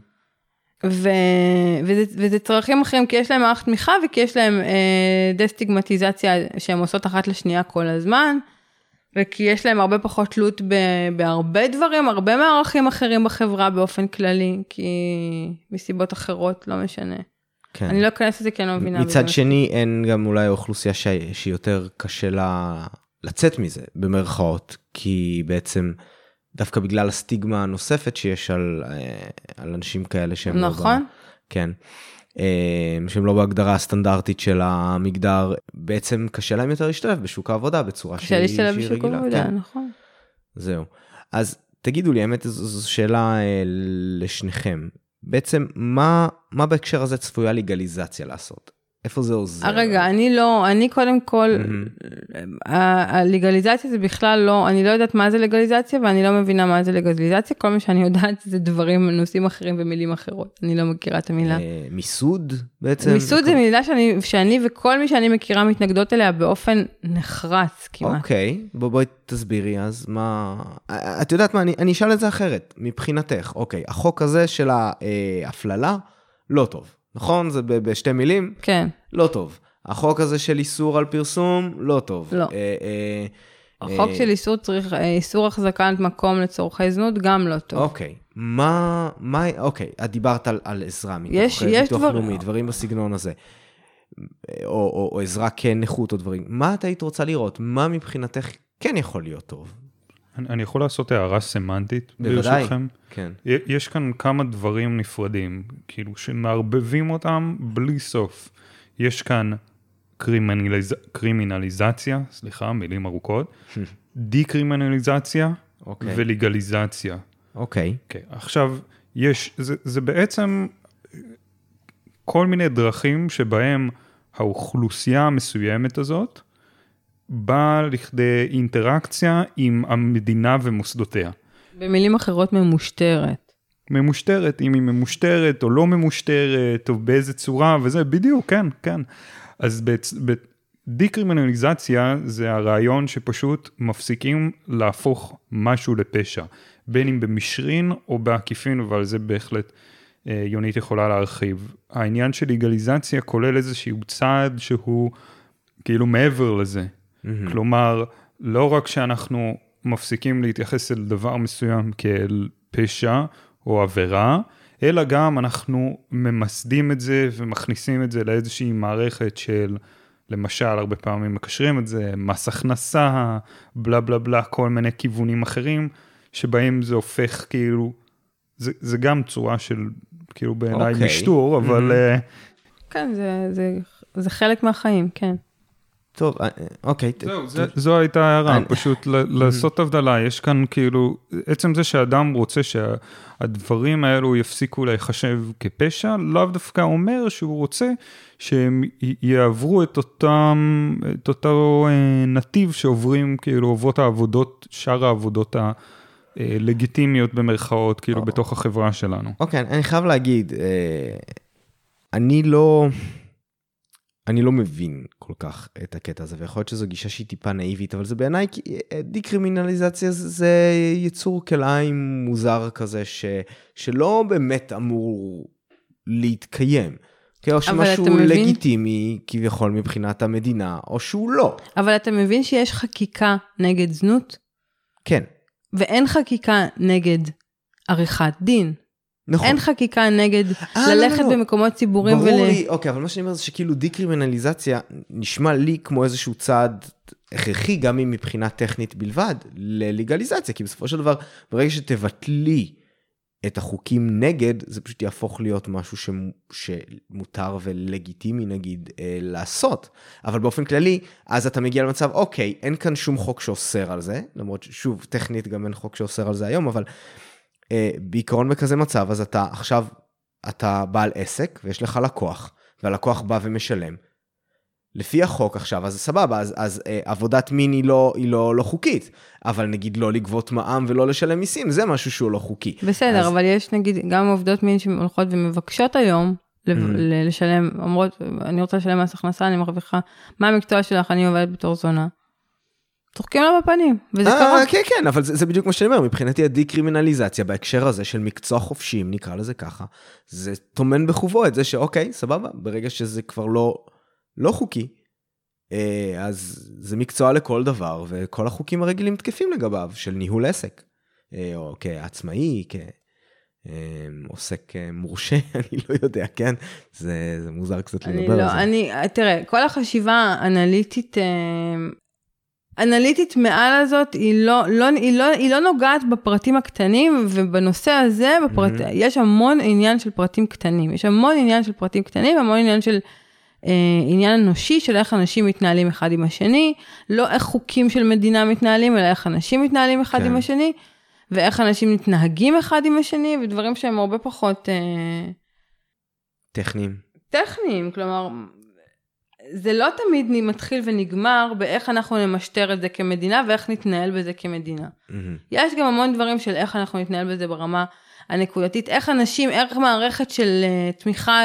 וזה צרכים אחרים, כי יש להם מערך תמיכה, וכי יש להם דסטיגמטיזציה שהן עושות אחת לשנייה כל הזמן, וכי יש להם הרבה פחות תלות בהרבה דברים, הרבה מערכים אחרים בחברה באופן כללי, כי מסיבות אחרות, לא משנה. כן. אני לא אכנס לזה כי אני לא מבינה. מצד שני, אין גם אולי אוכלוסייה שהיא יותר קשה לצאת מזה, במרכאות, כי בעצם דווקא בגלל הסטיגמה הנוספת שיש על אנשים כאלה שהם נכון. כן. שהם לא בהגדרה הסטנדרטית של המגדר, בעצם קשה להם יותר להשתלב בשוק העבודה בצורה שהיא רגילה. קשה להשתלב בשוק העבודה, נכון. זהו. אז תגידו לי, האמת זו שאלה לשניכם. בעצם מה בהקשר הזה צפויה לגליזציה לעשות? איפה זה עוזר? רגע, אני קודם כל, הלגליזציה זה בכלל לא, אני לא יודעת מה זה לגליזציה, ואני לא מבינה מה זה לגליזציה, כל מה שאני יודעת זה דברים, נושאים אחרים ומילים אחרות, אני לא מכירה את המילה. מיסוד בעצם? מיסוד זה מילה שאני וכל מי שאני מכירה מתנגדות אליה באופן נחרץ כמעט. אוקיי, בואי תסבירי אז מה, את יודעת מה, אני אשאל את זה אחרת, מבחינתך, אוקיי, החוק הזה של ההפללה, לא טוב. נכון? זה בשתי מילים? כן. לא טוב. החוק הזה של איסור על פרסום, לא טוב. לא. החוק של איסור החזקת מקום לצורכי זנות, גם לא טוב. אוקיי. אוקיי, את דיברת על עזרה מתוך ביטוח לאומי, דברים בסגנון הזה. או עזרה כנכות או דברים. מה את היית רוצה לראות? מה מבחינתך כן יכול להיות טוב? אני יכול לעשות הערה סמנטית, בוודאי, כן. יש כאן כמה דברים נפרדים, כאילו שמערבבים אותם בלי סוף. יש כאן קרימינליזציה, סליחה, מילים ארוכות, דיקרימינליזציה ולגליזציה. אוקיי. עכשיו, זה בעצם כל מיני דרכים שבהם האוכלוסייה המסוימת הזאת, באה לכדי אינטראקציה עם המדינה ומוסדותיה. במילים אחרות ממושטרת. ממושטרת, אם היא ממושטרת או לא ממושטרת, או באיזה צורה, וזה בדיוק, כן, כן. אז דיקרימינליזציה זה הרעיון שפשוט מפסיקים להפוך משהו לפשע, בין אם במשרין או בעקיפין, אבל זה בהחלט יונית יכולה להרחיב. העניין של לגליזציה כולל איזשהו צעד שהוא כאילו מעבר לזה. כלומר, לא רק שאנחנו מפסיקים להתייחס אל דבר מסוים כאל פשע או עבירה, אלא גם אנחנו ממסדים את זה ומכניסים את זה לאיזושהי מערכת של, למשל, הרבה פעמים מקשרים את זה, מס הכנסה, בלה בלה בלה, כל מיני כיוונים אחרים, שבהם זה הופך כאילו, זה גם צורה של, כאילו בעיניי משטור, אבל... כן, זה חלק מהחיים, כן. טוב, אוקיי. זו הייתה הערה, פשוט לעשות הבדלה, יש כאן כאילו, עצם זה שאדם רוצה שהדברים האלו יפסיקו להיחשב כפשע, לאו דווקא אומר שהוא רוצה שהם יעברו את אותו נתיב שעוברים, כאילו עוברות העבודות, שאר העבודות הלגיטימיות במרכאות, כאילו בתוך החברה שלנו. אוקיי, אני חייב להגיד, אני לא מבין כל כך את הקטע הזה, ויכול להיות שזו גישה שהיא טיפה נאיבית, אבל זה בעיניי, דיקרימינליזציה זה יצור כלאיים מוזר כזה, שלא באמת אמור להתקיים. או שמשהו לגיטימי כביכול מבחינת המדינה, או שהוא לא. אבל אתה מבין שיש חקיקה נגד זנות? כן. ואין חקיקה נגד עריכת דין. נכון. אין חקיקה נגד ללכת במקומות ציבוריים. ברור לי, אוקיי, אבל מה שאני אומר זה שכאילו דיקרימינליזציה נשמע לי כמו איזשהו צעד הכרחי, גם אם מבחינה טכנית בלבד, ללגליזציה, כי בסופו של דבר, ברגע שתבטלי את החוקים נגד, זה פשוט יהפוך להיות משהו שמותר ולגיטימי, נגיד, לעשות. אבל באופן כללי, אז אתה מגיע למצב, אוקיי, אין כאן שום חוק שאוסר על זה, למרות ששוב, טכנית גם אין חוק שאוסר על זה היום, אבל בעיקרון בכזה מצב, אז אתה בעל עסק, ויש לך לקוח, והלקוח בא ומשלם. לפי החוק עכשיו, אז זה סבבה, אז עבודת מין היא לא חוקית, אבל נגיד לא לגבות מע"מ ולא לשלם מיסים, זה משהו שהוא לא חוקי. בסדר, אבל יש נגיד גם עובדות מין שהולכות ומבקשות היום, לשלם, אומרות, אני רוצה לשלם מס הכנסה, אני מרוויחה, מה המקצוע שלך, אני עובדת בתור זונה. צוחקים לה בפנים, וזה קרה. כן, אבל זה בדיוק מה שאני אומר, מבחינתי הדיקרימינליזציה, בהקשר הזה של מקצוע חופשיים, נקרא לזה ככה, זה תומן בחובו את זה שאוקיי, סבבה, ברגע שזה כבר לא חוקי, אז זה מקצוע לכל דבר, וכל החוקים הרגילים תקפים לגביו, של ניהול עסק, או כעצמאי, כעוסק מורשה, אני לא יודע, כן? זה מוזר קצת לדבר על זה. תראה, כל החשיבה אנליטית מעל הזאת, היא לא נוגעת בפרטים הקטנים, ובנושא הזה, יש המון עניין של פרטים קטנים, המון עניין של עניין אנושי של איך אנשים מתנהלים אחד עם השני, לא איך חוקים של מדינה מתנהלים, אלא איך אנשים מתנהלים אחד עם השני, ואיך אנשים מתנהגים אחד עם השני, ודברים שהם הרבה פחות טכניים, כלומר, זה לא תמיד מתחיל ונגמר באיך אנחנו נמשטר את זה כמדינה, ואיך נתנהל בזה כמדינה. יש גם המון דברים של איך אנחנו נתנהל בזה ברמה הנקודתית, איך אנשים, איך מערכת של תמיכה,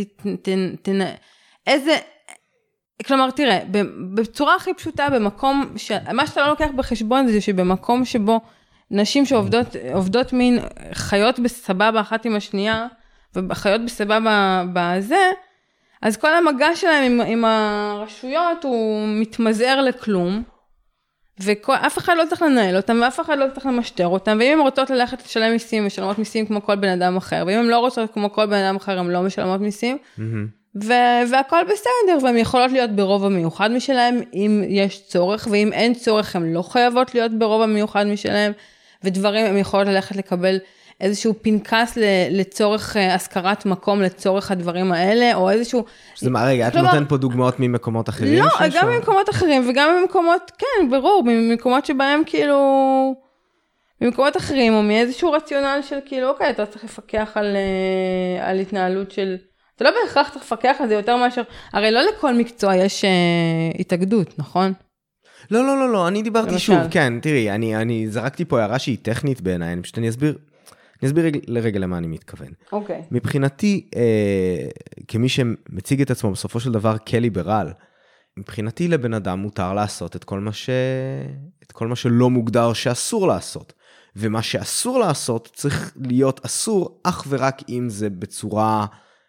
כלומר, תראה, בצורה הכי פשוטה, במקום, מה שאתה לא לוקח בחשבון זה שבמקום שבו נשים שעובדות מין חיות בסבבה אחת עם השנייה, וחיות בסבבה בזה, אז כל המגע שלהם עם הרשויות הוא מתמזער לכלום, ואף אחד לא צריך לנהל אותם, ואף אחד לא צריך למשטר אותם, ואם הם רוצות ללכת לשלם מיסים, משלמות מיסים כמו כל בן אדם אחר, ואם הם לא רוצות כמו כל בן אדם אחר, הם לא משלמות מיסים, והכל בסדר, והן יכולות להיות ברוב המיוחד משלהם, אם יש צורך, ואם אין צורך, הן לא חייבות להיות ברוב המיוחד משלהם, ודברים הם יכולות ללכת לקבל איזשהו פנקס לצורך השכרת מקום, לצורך הדברים האלה, או איזשהו... שזה מה, רגע, את נותן פה דוגמאות ממקומות אחרים? לא, גם ממקומות אחרים, וגם ממקומות, כן, ברור, ממקומות שבהם כאילו... ממקומות אחרים, או מאיזשהו רציונל של כאילו, אוקיי, אתה צריך לפקח על התנהלות של... אתה לא בהכרח צריך לפקח על זה יותר מאשר... הרי לא לכל מקצוע יש התאגדות, נכון? לא, אני דיברתי שוב, כן, תראי, אני זרקתי פה הערה שהיא טכנית בעיניי, אני פשוט אני אסביר לרגע למה אני מתכוון. אוקיי. מבחינתי, כמי שמציג את עצמו בסופו של דבר כליברל, מבחינתי לבן אדם מותר לעשות את כל מה שלא מוגדר שאסור לעשות. ומה שאסור לעשות צריך להיות אסור אך ורק אם זה בצורה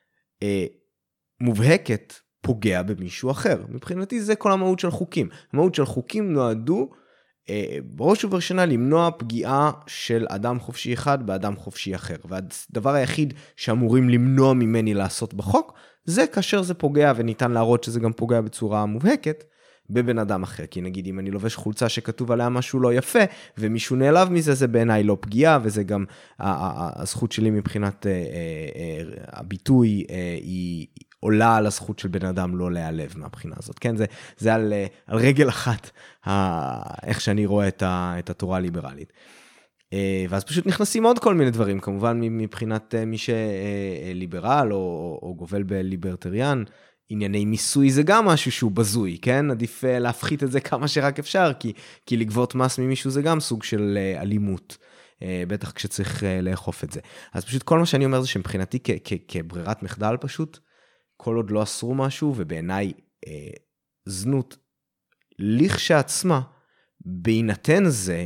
מובהקת פוגע במישהו אחר. מבחינתי זה כל המהות של חוקים. המהות של חוקים נועדו בראש ובראשונה למנוע פגיעה של אדם חופשי אחד באדם חופשי אחר. והדבר היחיד שאמורים למנוע ממני לעשות בחוק, זה כאשר זה פוגע וניתן להראות שזה גם פוגע בצורה מובהקת בבן אדם אחר. כי נגיד אם אני לובש חולצה שכתוב עליה משהו לא יפה, ומישהו נעלב מזה, זה בעיניי לא פגיעה, וזה גם הזכות שלי מבחינת הביטוי היא עולה על הזכות של בן אדם לא להיעלב מהבחינה הזאת. כן, זה על רגל אחת, איך שאני רואה את התורה הליברלית. ואז פשוט נכנסים עוד כל מיני דברים, כמובן מבחינת מי שליברל או גובל בליברטריאן, ענייני מיסוי זה גם משהו שהוא בזוי, כן? עדיף להפחית את זה כמה שרק אפשר, כי לגבות מס ממישהו זה גם סוג של אלימות, בטח כשצריך לאכוף את זה. אז פשוט כל מה שאני אומר זה שמבחינתי כברירת מחדל פשוט, כל עוד לא אסרו משהו, ובעיניי זנות לכשעצמה, בהינתן זה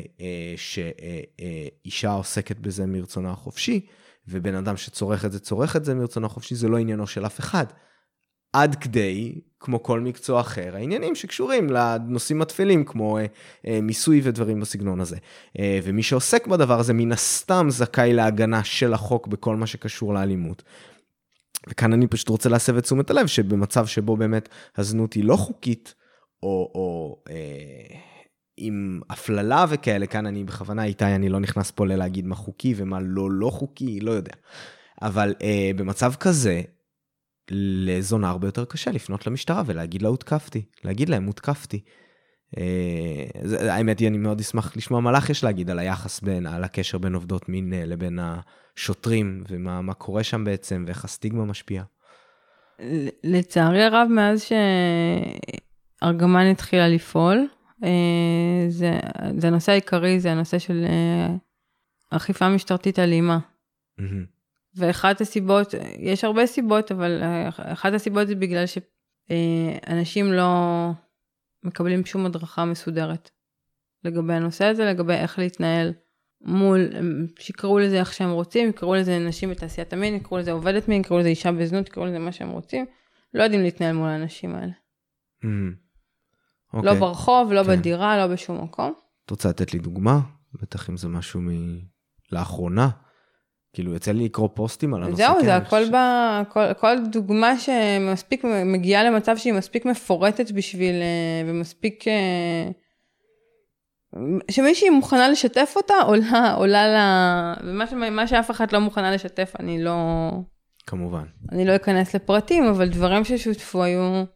שאישה עוסקת בזה מרצונה החופשי, ובן אדם שצורך את זה מרצונה החופשי, זה לא עניינו של אף אחד. עד כדי, כמו כל מקצוע אחר, העניינים שקשורים לנושאים מטפלים, כמו מיסוי ודברים בסגנון הזה. ומי שעוסק בדבר הזה, מן הסתם זכאי להגנה של החוק בכל מה שקשור לאלימות. וכאן אני פשוט רוצה להסב את תשומת הלב, שבמצב שבו באמת הזנות היא לא חוקית, או עם הפללה וכאלה, כאן אני בכוונה איתי, אני לא נכנס פה להגיד מה חוקי ומה לא חוקי, לא יודע. אבל במצב כזה, לזונה הרבה יותר קשה לפנות למשטרה ולהגיד לה הותקפתי, להגיד להם הותקפתי. האמת היא, אני מאוד אשמח לשמוע מה לך יש להגיד על היחס על הקשר בין עובדות מין לבין השוטרים, ומה קורה שם בעצם, ואיך הסטיגמה משפיעה. לצערי הרב, מאז שארגמן התחילה לפעול, זה הנושא העיקרי, זה הנושא של אכיפה משטרתית אלימה. ואחת הסיבות, יש הרבה סיבות, אבל אחת הסיבות זה בגלל שאנשים לא מקבלים שום הדרכה מסודרת לגבי הנושא הזה, לגבי איך להתנהל מול, שיקראו לזה איך שהם רוצים, יקראו לזה נשים בתעשיית המין, יקראו לזה עובדת מין, יקראו לזה אישה בזנות, יקראו לזה מה שהם רוצים, לא יודעים להתנהל מול האנשים האלה. לא ברחוב, לא בדירה, לא בשום מקום. את רוצה לתת לי דוגמה? בטח אם זה משהו לאחרונה. כאילו יוצא לי לקרוא פוסטים על הנושא. זהו, זה כל דוגמה שמספיק מגיעה למצב שהיא מספיק מפורטת בשביל, ומספיק, שמישהי מוכנה לשתף אותה, עולה לה, ומה שאף אחד לא מוכנה לשתף, אני לא... כמובן. אני לא אכנס לפרטים, אבל דברים ששותפו היו...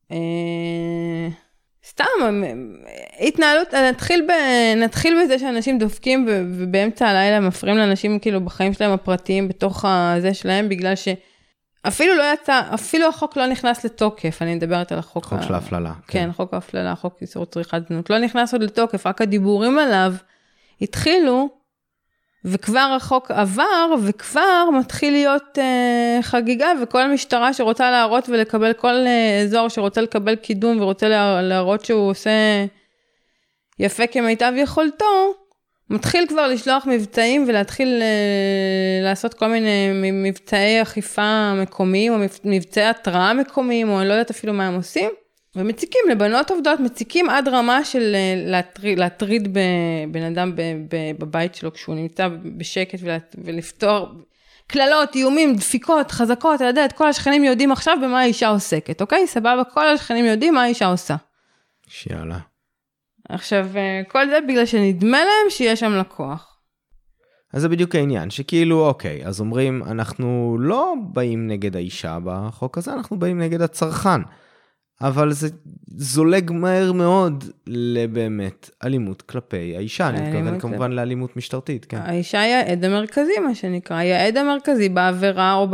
סתם, התנהלות, נתחיל בזה שאנשים דופקים ובאמצע הלילה מפריעים לאנשים כאילו בחיים שלהם הפרטיים בתוך זה שלהם, בגלל שאפילו לא יצא, אפילו החוק לא נכנס לתוקף, אני מדברת על החוק של ההפללה. כן, חוק ההפללה, חוק איסור צריכת זנות, לא נכנס עוד לתוקף, רק הדיבורים עליו התחילו, וכבר החוק עבר, וכבר מתחיל להיות חגיגה, וכל משטרה שרוצה להראות ולקבל, כל אזור שרוצה לקבל קידום, ורוצה להראות שהוא עושה יפה כמיטב יכולתו, מתחיל כבר לשלוח מבצעים, ולהתחיל לעשות כל מיני מבצעי אכיפה מקומיים, או מבצעי התראה מקומיים, או אני לא יודעת אפילו מה הם עושים, ומציקים לבנות עובדות, מציקים עד רמה של להטריד בן אדם בבית שלו, כשהוא נמצא בשקט ולפתור כללות, איומים, דפיקות, חזקות, אתה יודע, כל השכנים יודעים עכשיו במה האישה עוסקת, אוקיי? סבבה, כל השכנים יודעים מה האישה עושה. שיאללה. עכשיו, כל זה בגלל שנדמה להם שיש שם לקוח. אז זה בדיוק העניין, שכאילו, אוקיי, אז אומרים, אנחנו לא באים נגד האישה בחוק הזה, אנחנו באים נגד הצרכן. אבל זה זולג מהר מאוד לבאמת אלימות כלפי האישה, אני מתכוון כמובן לאלימות משטרתית, כן. האישה היא העד המרכזי, מה שנקרא, היא העד המרכזי בעבירה או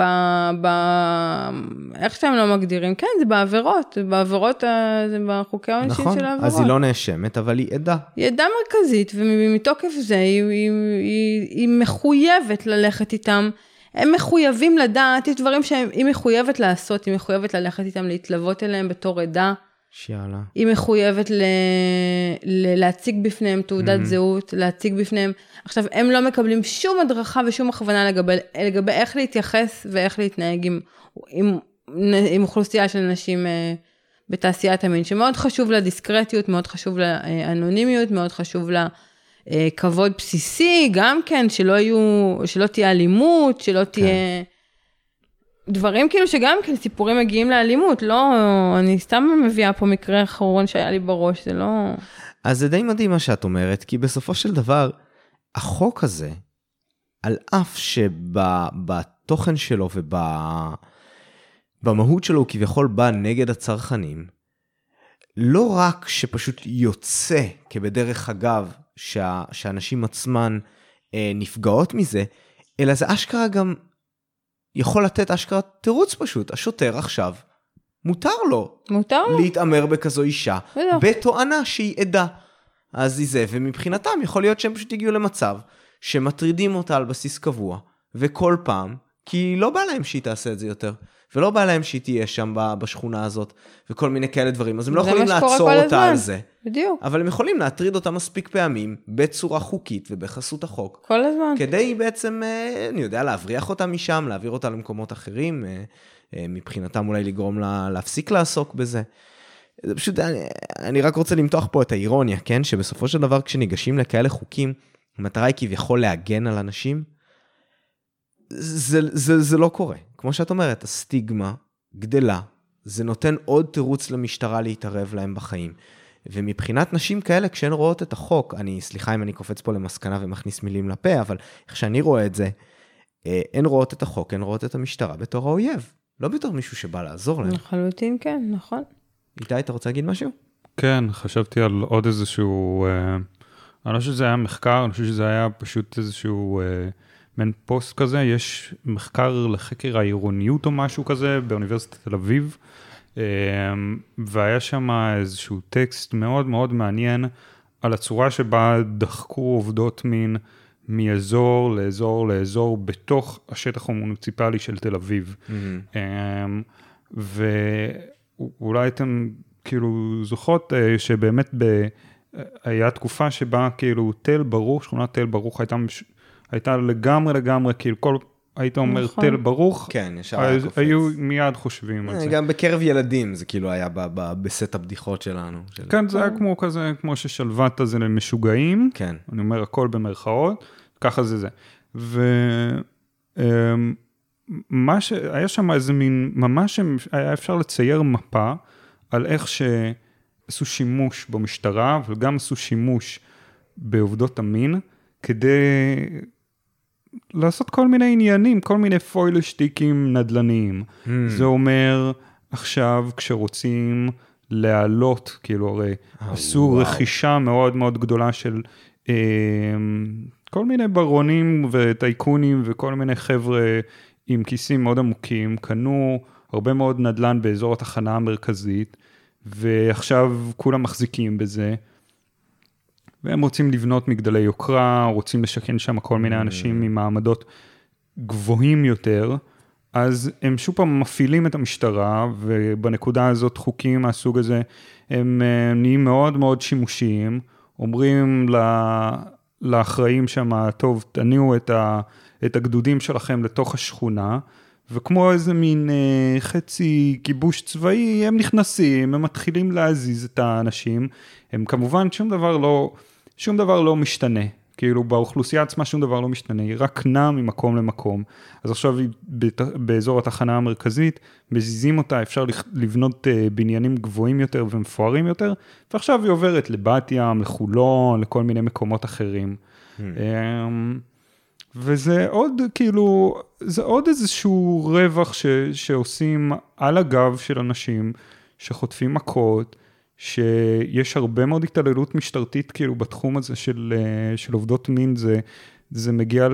איך שאתם לא מגדירים, כן, זה בעבירות, זה בחוקי העונשין של העבירות. אז היא לא נאשמת, אבל היא עדה. היא עדה מרכזית, ומתוקף זה היא מחויבת ללכת איתם, הם מחויבים לדעת, יש דברים שהיא מחויבת לעשות, היא מחויבת ללכת איתם, להתלוות אליהם בתור עדה, שיאללה. היא מחויבת להציג בפניהם תעודת זהות, להציג בפניהם. עכשיו, הם לא מקבלים שום הדרכה ושום הכוונה לגבי איך להתייחס ואיך להתנהג עם אוכלוסייה של נשים בתעשיית המין, שמאוד חשוב לה דיסקרטיות, מאוד חשוב לה אנונימיות, מאוד חשוב לה כבוד בסיסי, גם כן, שלא תהיה אלימות, שלא תהיה דברים כאילו שגם כן סיפורים מגיעים לאלימות, לא, אני סתם מביאה פה מקרה אחרון שהיה לי בראש, זה לא... אז זה די מדהים מה שאת אומרת, כי בסופו של דבר, החוק הזה, על אף שבתוכן שלו ובמהות שלו הוא כביכול בא נגד הצרכנים, לא רק שפשוט יוצא כבדרך אגב שאנשים עצמן נפגעות מזה, אלא זה אשכרה גם יכול לתת אשכרה תירוץ פשוט. השוטר עכשיו מותר לו להתאמר בכזו אישה, בתואנה שהיא עדה. אז זה, ומבחינתם יכול להיות שהם פשוט הגיעו למצב שמטרידים אותה על בסיס קבוע, וכל פעם, כי לא בא להם שהיא תעשה את זה יותר, ולא בא להם שהיא תהיה שם בשכונה הזאת, וכל מיני כאלה דברים, אז הם לא יכולים לעצור אותה על זה. בדיוק. אבל הם יכולים להטריד אותה מספיק פעמים, בצורה חוקית ובחסות החוק. כל הזמן. כדי בעצם, אני יודע, להבריח אותה משם, להעביר אותה למקומות אחרים, מבחינתם אולי לגרום לה להפסיק לעסוק בזה. זה פשוט, אני רק רוצה למתוח פה את האירוניה, כן? שבסופו של דבר כשניגשים לכאלה חוקים, המטרה היא כביכול להגן על אנשים, זה לא קורה. כמו שאת אומרת, הסטיגמה גדלה, זה נותן עוד תירוץ למשטרה להתערב להם בחיים. ומבחינת נשים כאלה, כשהן רואות את החוק, סליחה אם אני קופץ פה למסקנה ומכניס מילים לפה, אבל איך שאני רואה את זה, הן רואות את החוק, הן רואות את המשטרה בתור האויב, לא בתור מישהו שבא לעזור להם. לחלוטין, כן, נכון. איתי, אתה רוצה להגיד משהו? כן, חשבתי על עוד איזשהו, אני לא חושב שזה היה מחקר, אני חושב שזה היה פשוט איזשהו מן פוסט כזה, יש מחקר לחקר העירוניות או משהו כזה באוניברסיטת תל אביב, והיה שם איזשהו טקסט מאוד מאוד מעניין על הצורה שבה דחקו עובדות מין מאזור לאזור לאזור בתוך השטח המוניציפלי של תל אביב. ואולי אתם כאילו זוכרות שבאמת היה תקופה שבה כאילו תל ברוך, שכונת תל ברוך הייתה לגמרי, כאילו כל, היית אומר תל ברוך, כן, ישר היה קופץ. היו מיד חושבים על זה. גם בקרב ילדים זה כאילו היה בסט הבדיחות שלנו. כן, זה היה כמו כזה, כמו ששלוות זה למשוגעים, כן. אני אומר הכל במרכאות, ככה זה. ומה שהיה שם איזה מין, ממש היה אפשר לצייר מפה על איך שעשו שימוש במשטרה, אבל גם עשו שימוש בעובדות המין, כדי לעשות כל מיני עניינים, כל מיני פוילשטיקים נדלניים. זה אומר, עכשיו כשרוצים להעלות, כאילו הרי עשו רכישה מאוד מאוד גדולה של כל מיני ברונים וטייקונים וכל מיני חבר'ה עם כיסים מאוד עמוקים, קנו הרבה מאוד נדלן באזור התחנה המרכזית, ועכשיו כולם מחזיקים בזה, והם רוצים לבנות מגדלי יוקרה, רוצים לשכן שם כל מיני אנשים ממעמדות גבוהים יותר, אז הם שוב פעם מפעילים את המשטרה, ובנקודה הזאת חוקים מהסוג הזה, הם נהיים מאוד מאוד שימושיים, אומרים לאחראים שם, טוב, תניעו את הגדודים שלכם לתוך השכונה, וכמו איזה מין חצי כיבוש צבאי, הם נכנסים, הם מתחילים להזיז את האנשים, הם כמובן שום דבר לא משתנה, כאילו באוכלוסייה עצמה שום דבר לא משתנה, היא רק נעה ממקום למקום, אז עכשיו היא באזור התחנה המרכזית, מזיזים אותה, אפשר לבנות בניינים גבוהים יותר ומפוארים יותר, ועכשיו היא עוברת לבת ים, לחולון, לכל מיני מקומות אחרים. וזה עוד כאילו, זה עוד איזשהו רווח שעושים על הגב של אנשים שחוטפים מכות, שיש הרבה מאוד התעללות משטרתית כאילו בתחום הזה של עובדות מין, זה מגיע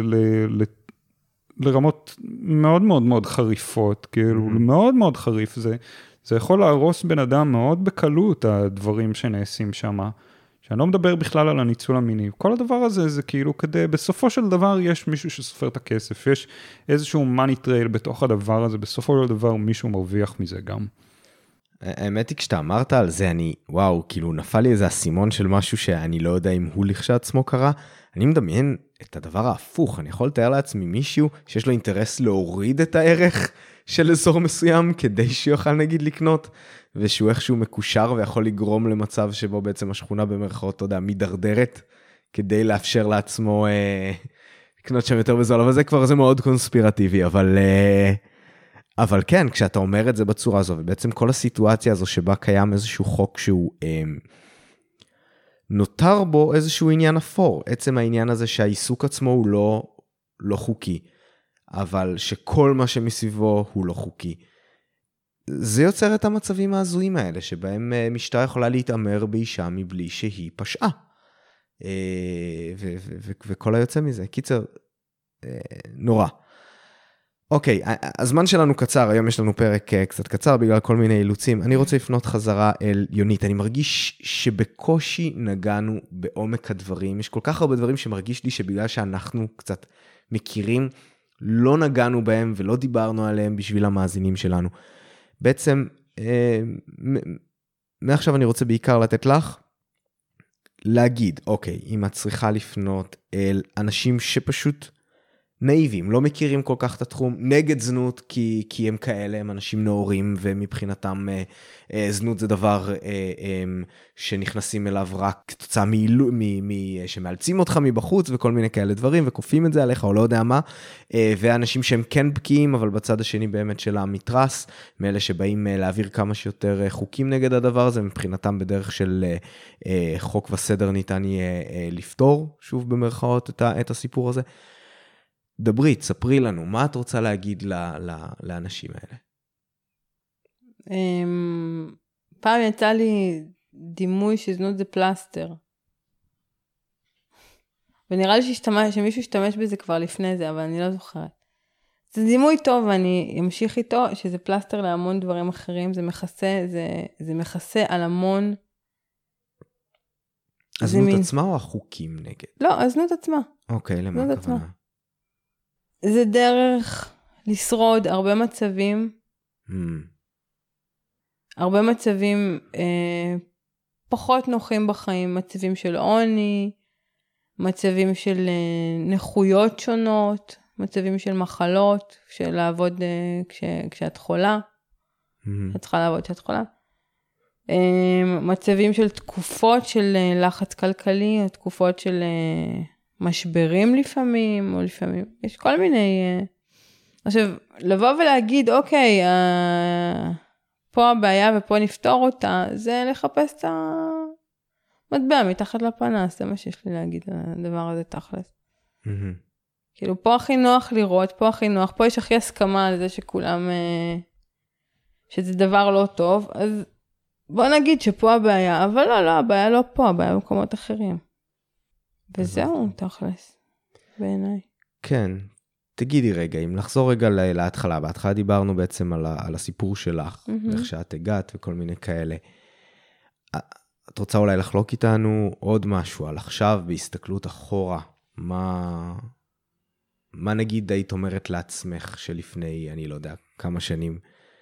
לרמות מאוד מאוד מאוד חריפות, כאילו מאוד מאוד חריף, זה יכול להרוס בן אדם מאוד בקלות הדברים שנעשים שם, שאני לא מדבר בכלל על הניצול המיני, כל הדבר הזה זה כאילו כדי, בסופו של דבר יש מישהו שסופר את הכסף, יש איזשהו money trail בתוך הדבר הזה, בסופו של דבר מישהו מרוויח מזה גם. האמת היא, כשאתה אמרת על זה, וואו, כאילו נפל לי איזה אסימון של משהו שאני לא יודע אם הוא לכשעצמו קרה. אני מדמיין את הדבר ההפוך. אני יכול לתאר לעצמי מישהו שיש לו אינטרס להוריד את הערך של אזור מסוים, כדי שיוכל נגיד לקנות, ושהוא איכשהו מקושר ויכול לגרום למצב שבו בעצם השכונה במרכאות, אתה יודע, מדרדרת, כדי לאפשר לעצמו לקנות שם יותר בזול. אבל זה כבר זה מאוד קונספירטיבי, אבל כן, כשאתה אומר את זה בצורה הזו, ובעצם כל הסיטואציה הזו שבה קיים איזשהו חוק שהוא נותר בו איזשהו עניין אפור, עצם העניין הזה שהעיסוק עצמו הוא לא חוקי, אבל שכל מה שמסביבו הוא לא חוקי. זה יוצר את המצבים ההזויים האלה, שבהם משטרה יכולה להתאמר באישה מבלי שהיא פשעה. וכל היוצא מזה. קיצר, נורא. אוקיי, הזמן שלנו קצר, היום יש לנו פרק קצת קצר בגלל כל מיני אילוצים. אני רוצה לפנות חזרה אל יונית. אני מרגיש שבקושי נגענו בעומק הדברים. יש כל כך הרבה דברים שמרגיש לי שבגלל שאנחנו קצת מכירים, לא נגענו בהם ולא דיברנו עליהם בשביל המאזינים שלנו. בעצם, מעכשיו אני רוצה בעיקר לתת לך, להגיד, אוקיי, אם את צריכה לפנות אל אנשים שפשוט נאיבים, לא מכירים כל כך את התחום, נגד זנות, כי הם כאלה, הם אנשים נאורים, ומבחינתם זנות זה דבר שנכנסים אליו רק כתוצאה שמאלצים אותך מבחוץ, וכל מיני כאלה דברים, וכופים את זה עליך, או לא יודע מה, ואנשים שהם כן בקיאים, אבל בצד השני באמת של המתרס, מאלה שבאים להעביר כמה שיותר חוקים נגד הדבר הזה, מבחינתם בדרך של חוק וסדר ניתן יהיה לפתור, שוב במרכאות את הסיפור הזה. דברי, תספרי לנו, מה את רוצה להגיד לאנשים האלה? פעם יצא לי דימוי שזנות זה פלסטר. ונראה לי שמישהו השתמש בזה כבר לפני זה, אבל אני לא זוכרת. זה דימוי טוב, ואני אמשיך איתו, שזה פלסטר להמון דברים אחרים, זה מכסה על המון. הזנות עצמה או החוקים נגד? לא, הזנות עצמה. אוקיי, למה הכוונה? זה דרך לשרוד הרבה מצבים, הרבה מצבים פחות נוחים בחיים, מצבים של עוני, מצבים של נכויות שונות, מצבים של מחלות, של לעבוד כשאת חולה, את צריכה לעבוד כשאת חולה, מצבים של תקופות של לחץ כלכלי, או תקופות של משברים לפעמים, או לפעמים, יש כל מיני, עכשיו, לבוא ולהגיד, אוקיי, פה הבעיה ופה נפתור אותה, זה לחפש את המטבע מתחת לפנס, זה מה שיש לי להגיד על הדבר הזה תכלס. כאילו, פה הכי נוח לראות, פה הכי נוח, פה יש הכי הסכמה על זה שכולם, שזה דבר לא טוב, אז בוא נגיד שפה הבעיה, אבל לא, הבעיה לא פה, הבעיה במקומות אחרים. וזהו, תכלס, בעיניי. כן, תגידי רגע, אם לחזור רגע להתחלה, בהתחלה דיברנו בעצם על הסיפור שלך, איך שאת הגעת וכל מיני כאלה. את רוצה אולי לחלוק איתנו עוד משהו על עכשיו, בהסתכלות אחורה, מה נגיד היית אומרת לעצמך שלפני, אני לא יודע, כמה שנים,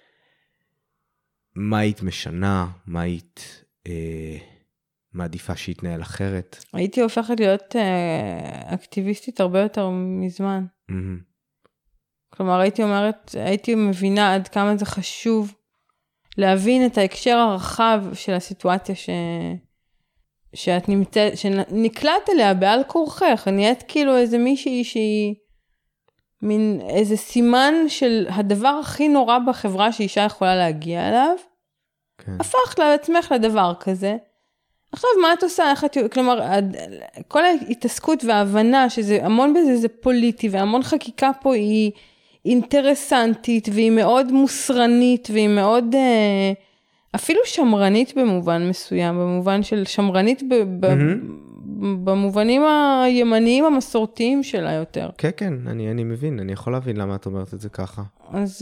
מה היית משנה, מה היית מעדיפה שהתנהל אחרת? הייתי הופכת להיות אקטיביסטית הרבה יותר מזמן. כלומר, הייתי מבינה עד כמה זה חשוב להבין את ההקשר הרחב של הסיטואציה שאת נמצאת, שנקלט אליה בעל כורכך, נהיית כאילו איזה מישהי שהיא מין איזה סימן של הדבר הכי נורא בחברה שאישה יכולה להגיע אליו, כן. הפכת לעצמך לדבר כזה. עכשיו, מה את עושה? כלומר, כל ההתעסקות וההבנה שזה המון בזה זה פוליטי, והמון חקיקה פה היא אינטרסנטית, והיא מאוד מוסרנית, והיא מאוד אפילו שמרנית במובן מסוים, במובן של שמרנית במובנים הימניים המסורתיים שלה יותר. כן, כן, אני מבין, אני יכול להבין למה את אומרת את זה ככה. אז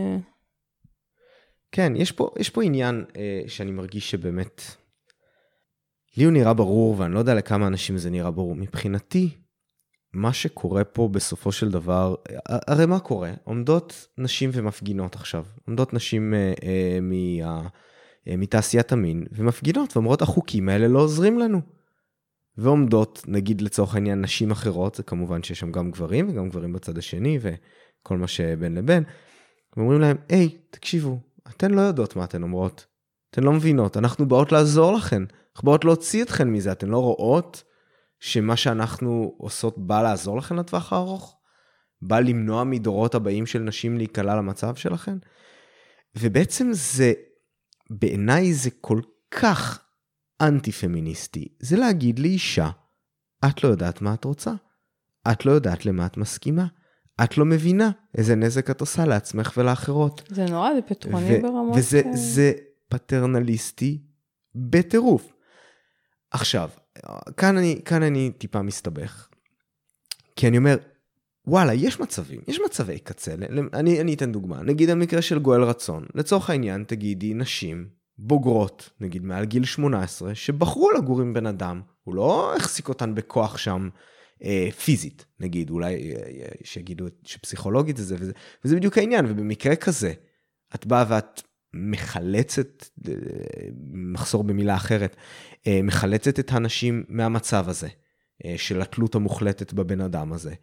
כן, יש פה עניין שאני מרגיש שבאמת לי הוא נראה ברור, ואני לא יודע לכמה אנשים זה נראה ברור. מבחינתי, מה שקורה פה בסופו של דבר, הרי מה קורה? עומדות נשים ומפגינות עכשיו. עומדות נשים מתעשיית המין, ומפגינות ואומרות, החוקים האלה לא עוזרים לנו. ועומדות, נגיד לצורך העניין, נשים אחרות, זה כמובן שיש שם גם גברים, וגם גברים בצד השני, וכל מה שבין לבין, ואומרים להם, היי, תקשיבו, אתן לא יודעות מה אתן אומרות, אתן לא מבינות, אנחנו באות לעזור לכן, אנחנו באות להוציא אתכן מזה, אתן לא רואות שמה שאנחנו עושות בא לעזור לכן לטווח הארוך, בא למנוע מדורות הבאים של נשים להיקלה למצב שלכן, ובעצם זה, בעיניי זה כל כך אנטי-פמיניסטי, זה להגיד לאישה, את לא יודעת מה את רוצה, את לא יודעת למה את מסכימה, את לא מבינה איזה נזק את עושה לעצמך ולאחרות. זה נורא, זה פטרוני ברמות. וזה פטרנליסטי בטירוף. עכשיו, כאן אני טיפה מסתבך, כי אני אומר, וואלה, יש מצבי קצה, אני אתן דוגמה, נגיד המקרה של גואל רצון, לצורך העניין תגידי נשים בוגרות, נגיד מעל גיל 18, שבחרו לגור עם בן אדם, הוא לא החזיק אותן בכוח שם פיזית, נגיד, אולי שיגידו שפסיכולוגית זה וזה, וזה בדיוק העניין, ובמקרה כזה, את באה ואת מחלצת, מחסור במילה אחרת, מחלצת את האנשים מהמצב הזה, של התלות המוחלטת בבן אדם הזה,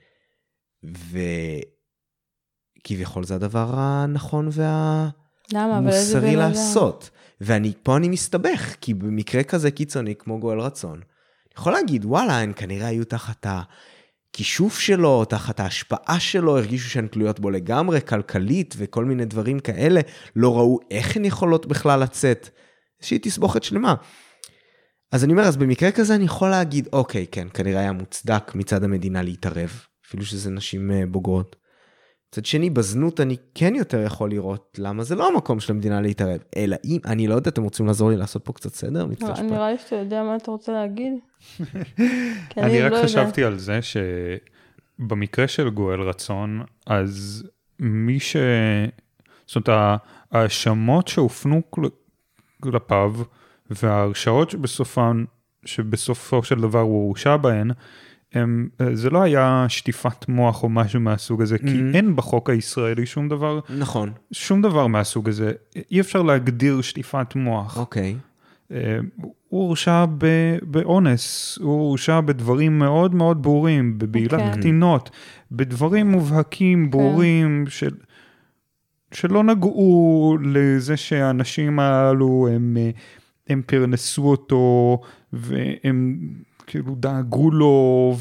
וכביכול זה הדבר הנכון והמוסרי לעשות. ופה אני מסתבך, כי במקרה כזה קיצוני כמו גואל רצון, אני יכול להגיד, וואלה, הן כנראה היו תחת הכישוף שלו, תחת ההשפעה שלו, הרגישו שהן תלויות בו לגמרי, כלכלית וכל מיני דברים כאלה, לא ראו איך הן יכולות בכלל לצאת, איזושהי תסבוכת שלמה. אז אני אומר, אז במקרה כזה אני יכול להגיד, אוקיי, כן, כנראה היה מוצדק מצד המדינה להתערב, אפילו שזה נשים בוגרות. מצד שני, בזנות אני כן יותר יכול לראות למה זה לא המקום של המדינה להתערב, אלא אם, אני לא יודע, אתם רוצים לעזור לי לעשות פה קצת סדר? נראה לי שאתה יודע מה אתה רוצה להגיד. אני רק חשבתי על זה שבמקרה של גואל רצון, אז זאת אומרת, ההאשמות שהופנו כלפיו, וההרשעות שבסופו של דבר הוא הורשע בהן, זה לא היה שטיפת מוח או משהו מהסוג הזה, כי אין בחוק הישראלי שום דבר, נכון. שום דבר מהסוג הזה. אי אפשר להגדיר שטיפת מוח. אוקיי. הוא הורשע באונס, הוא הורשע בדברים מאוד מאוד ברורים, בבעילת קטינות, בדברים מובהקים, ברורים, שלא נגעו לזה שהאנשים הללו הם פרנסו אותו, והם כאילו דאגו לו,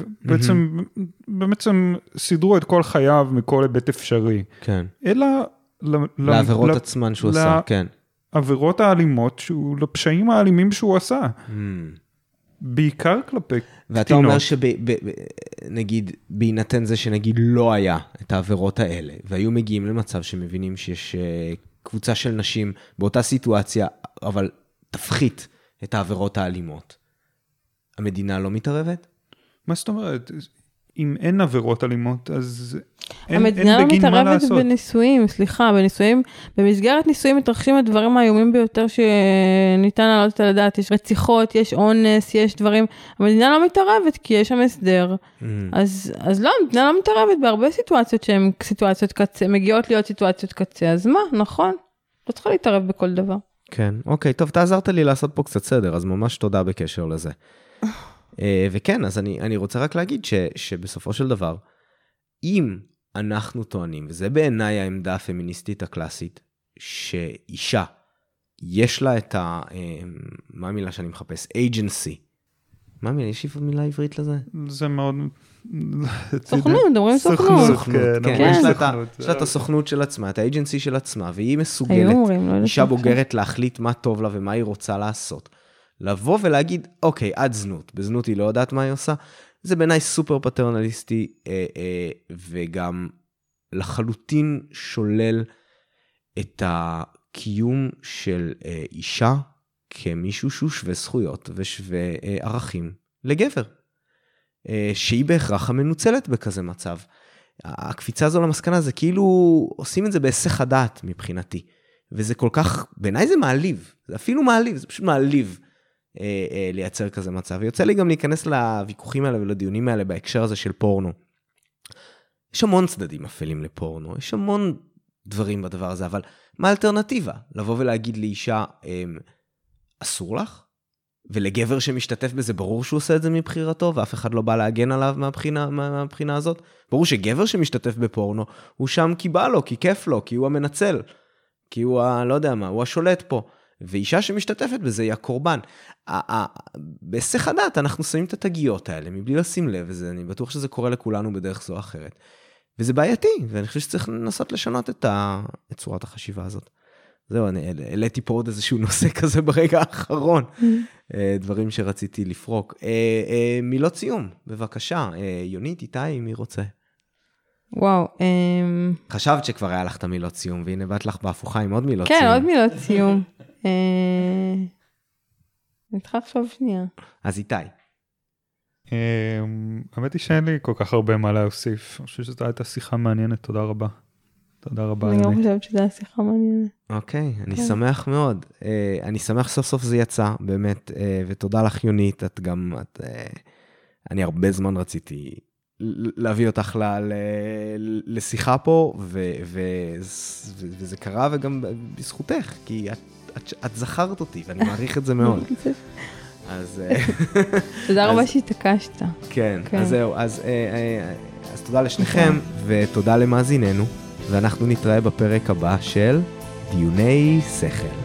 ובעצם סידרו את כל חייו מכל היבט אפשרי. כן. אלא לעבירות עצמן שהוא עשה, כן. לעבירות האלימות, לפשעים האלימים שהוא עשה. בעיקר כלפי קטינות. ואתה אומר שנגיד, בהינתן זה שנגיד לא היה את העבירות האלה, והיו מגיעים למצב שמבינים שיש קבוצה של נשים באותה סיטואציה, אבל תפחית את העבירות האלימות. המדינה לא מתערבת? מה זאת אומרת? אם אין עבירות אלימות, אז המדינה לא מתערבת בניסויים, סליחה, במסגרת ניסויים מתרחשים הדברים האיומים ביותר שניתן לעלות על הדעת, יש רציחות, יש אונס, יש דברים, המדינה לא מתערבת כי יש שם הסדר, אז לא, המדינה לא מתערבת בהרבה סיטואציות שהן סיטואציות קצה, מגיעות להיות סיטואציות קצה, אז מה, נכון, לא צריכה להתערב בכל דבר. כן, אוקיי, טוב, תעזרת לי לעשות פה קצת סדר, אז ממש תודה בקשר לזה. וכן, אז אני רוצה רק להגיד שבסופו של דבר, אם אנחנו טוענים, וזה בעיניי העמדה הפמיניסטית הקלאסית, שאישה, יש לה את מה המילה שאני מחפש? agency. מה המילה? יש לי מילה עברית לזה? זה מאוד... סוכנות, מדברים סוכנות. כן, יש לה את הסוכנות של עצמה, את האג'נסי של עצמה, והיא מסוגלת, אישה בוגרת להחליט מה טוב לה ומה היא רוצה לעשות. לבוא ולהגיד, אוקיי, עד זנות, בזנות היא לא יודעת מה היא עושה, זה בעיניי סופר פטרנליסטי, וגם לחלוטין שולל את הקיום של אישה, כמישהו שהוא שווה זכויות ושווה ערכים לגבר, שהיא בהכרח המנוצלת בכזה מצב. הקפיצה הזו למסקנה זה כאילו עושים את זה בהיסח הדעת מבחינתי, וזה כל כך, בעיניי זה מעליב, זה אפילו מעליב, זה פשוט מעליב לייצר כזה מצב. ויוצא לי גם להיכנס לוויכוחים האלה ולדיונים האלה בהקשר הזה של פורנו. יש המון צדדים אפלים לפורנו, יש המון דברים בדבר הזה, אבל מה האלטרנטיבה? לבוא ולהגיד לאישה, אסור לך? ולגבר שמשתתף בזה, ברור שהוא עושה את זה מבחירתו, ואף אחד לא בא להגן עליו מהבחינה הזאת. ברור שגבר שמשתתף בפורנו, הוא שם כי בא לו, כי כיף לו, כי הוא המנצל, כי הוא, לא יודע מה, הוא השולט פה. ואישה שמשתתפת בזה היא הקורבן. בהיסח הדעת אנחנו שמים את התגיות האלה, מבלי לשים לב, ואני בטוח שזה קורה לכולנו בדרך זו או אחרת. וזה בעייתי, ואני חושב שצריך לנסות לשנות את צורת החשיבה הזאת. זהו, אני העליתי פה עוד איזשהו נושא כזה ברגע האחרון. דברים שרציתי לפרוק. מילות סיום, בבקשה. יונית, איתי, מי רוצה? וואו. חשבת שכבר היה לך את המילות סיום, והנה באת לך בהפוכה עם עוד מילות סיום. כן, עוד מילות סיום. אני צריכה לחשוב שנייה. אז איתי. האמת היא שאין לי כל כך הרבה מה להוסיף. אני חושב שזו הייתה שיחה מעניינת, תודה רבה. תודה רבה. אני גם חושבת שזו הייתה שיחה מעניינת. אוקיי, אני שמח מאוד. אני שמח סוף סוף זה יצא, באמת, ותודה לך יונית, את גם, אני הרבה זמן רציתי להביא אותך לשיחה פה, וזה קרה וגם בזכותך, כי את זכרת אותי, ואני מעריך את זה מאוד. אז תודה רבה שהתעקשת. כן, אז זהו, אז תודה לשניכם, ותודה למאזיננו, ואנחנו נתראה בפרק הבא של דיוני שכל.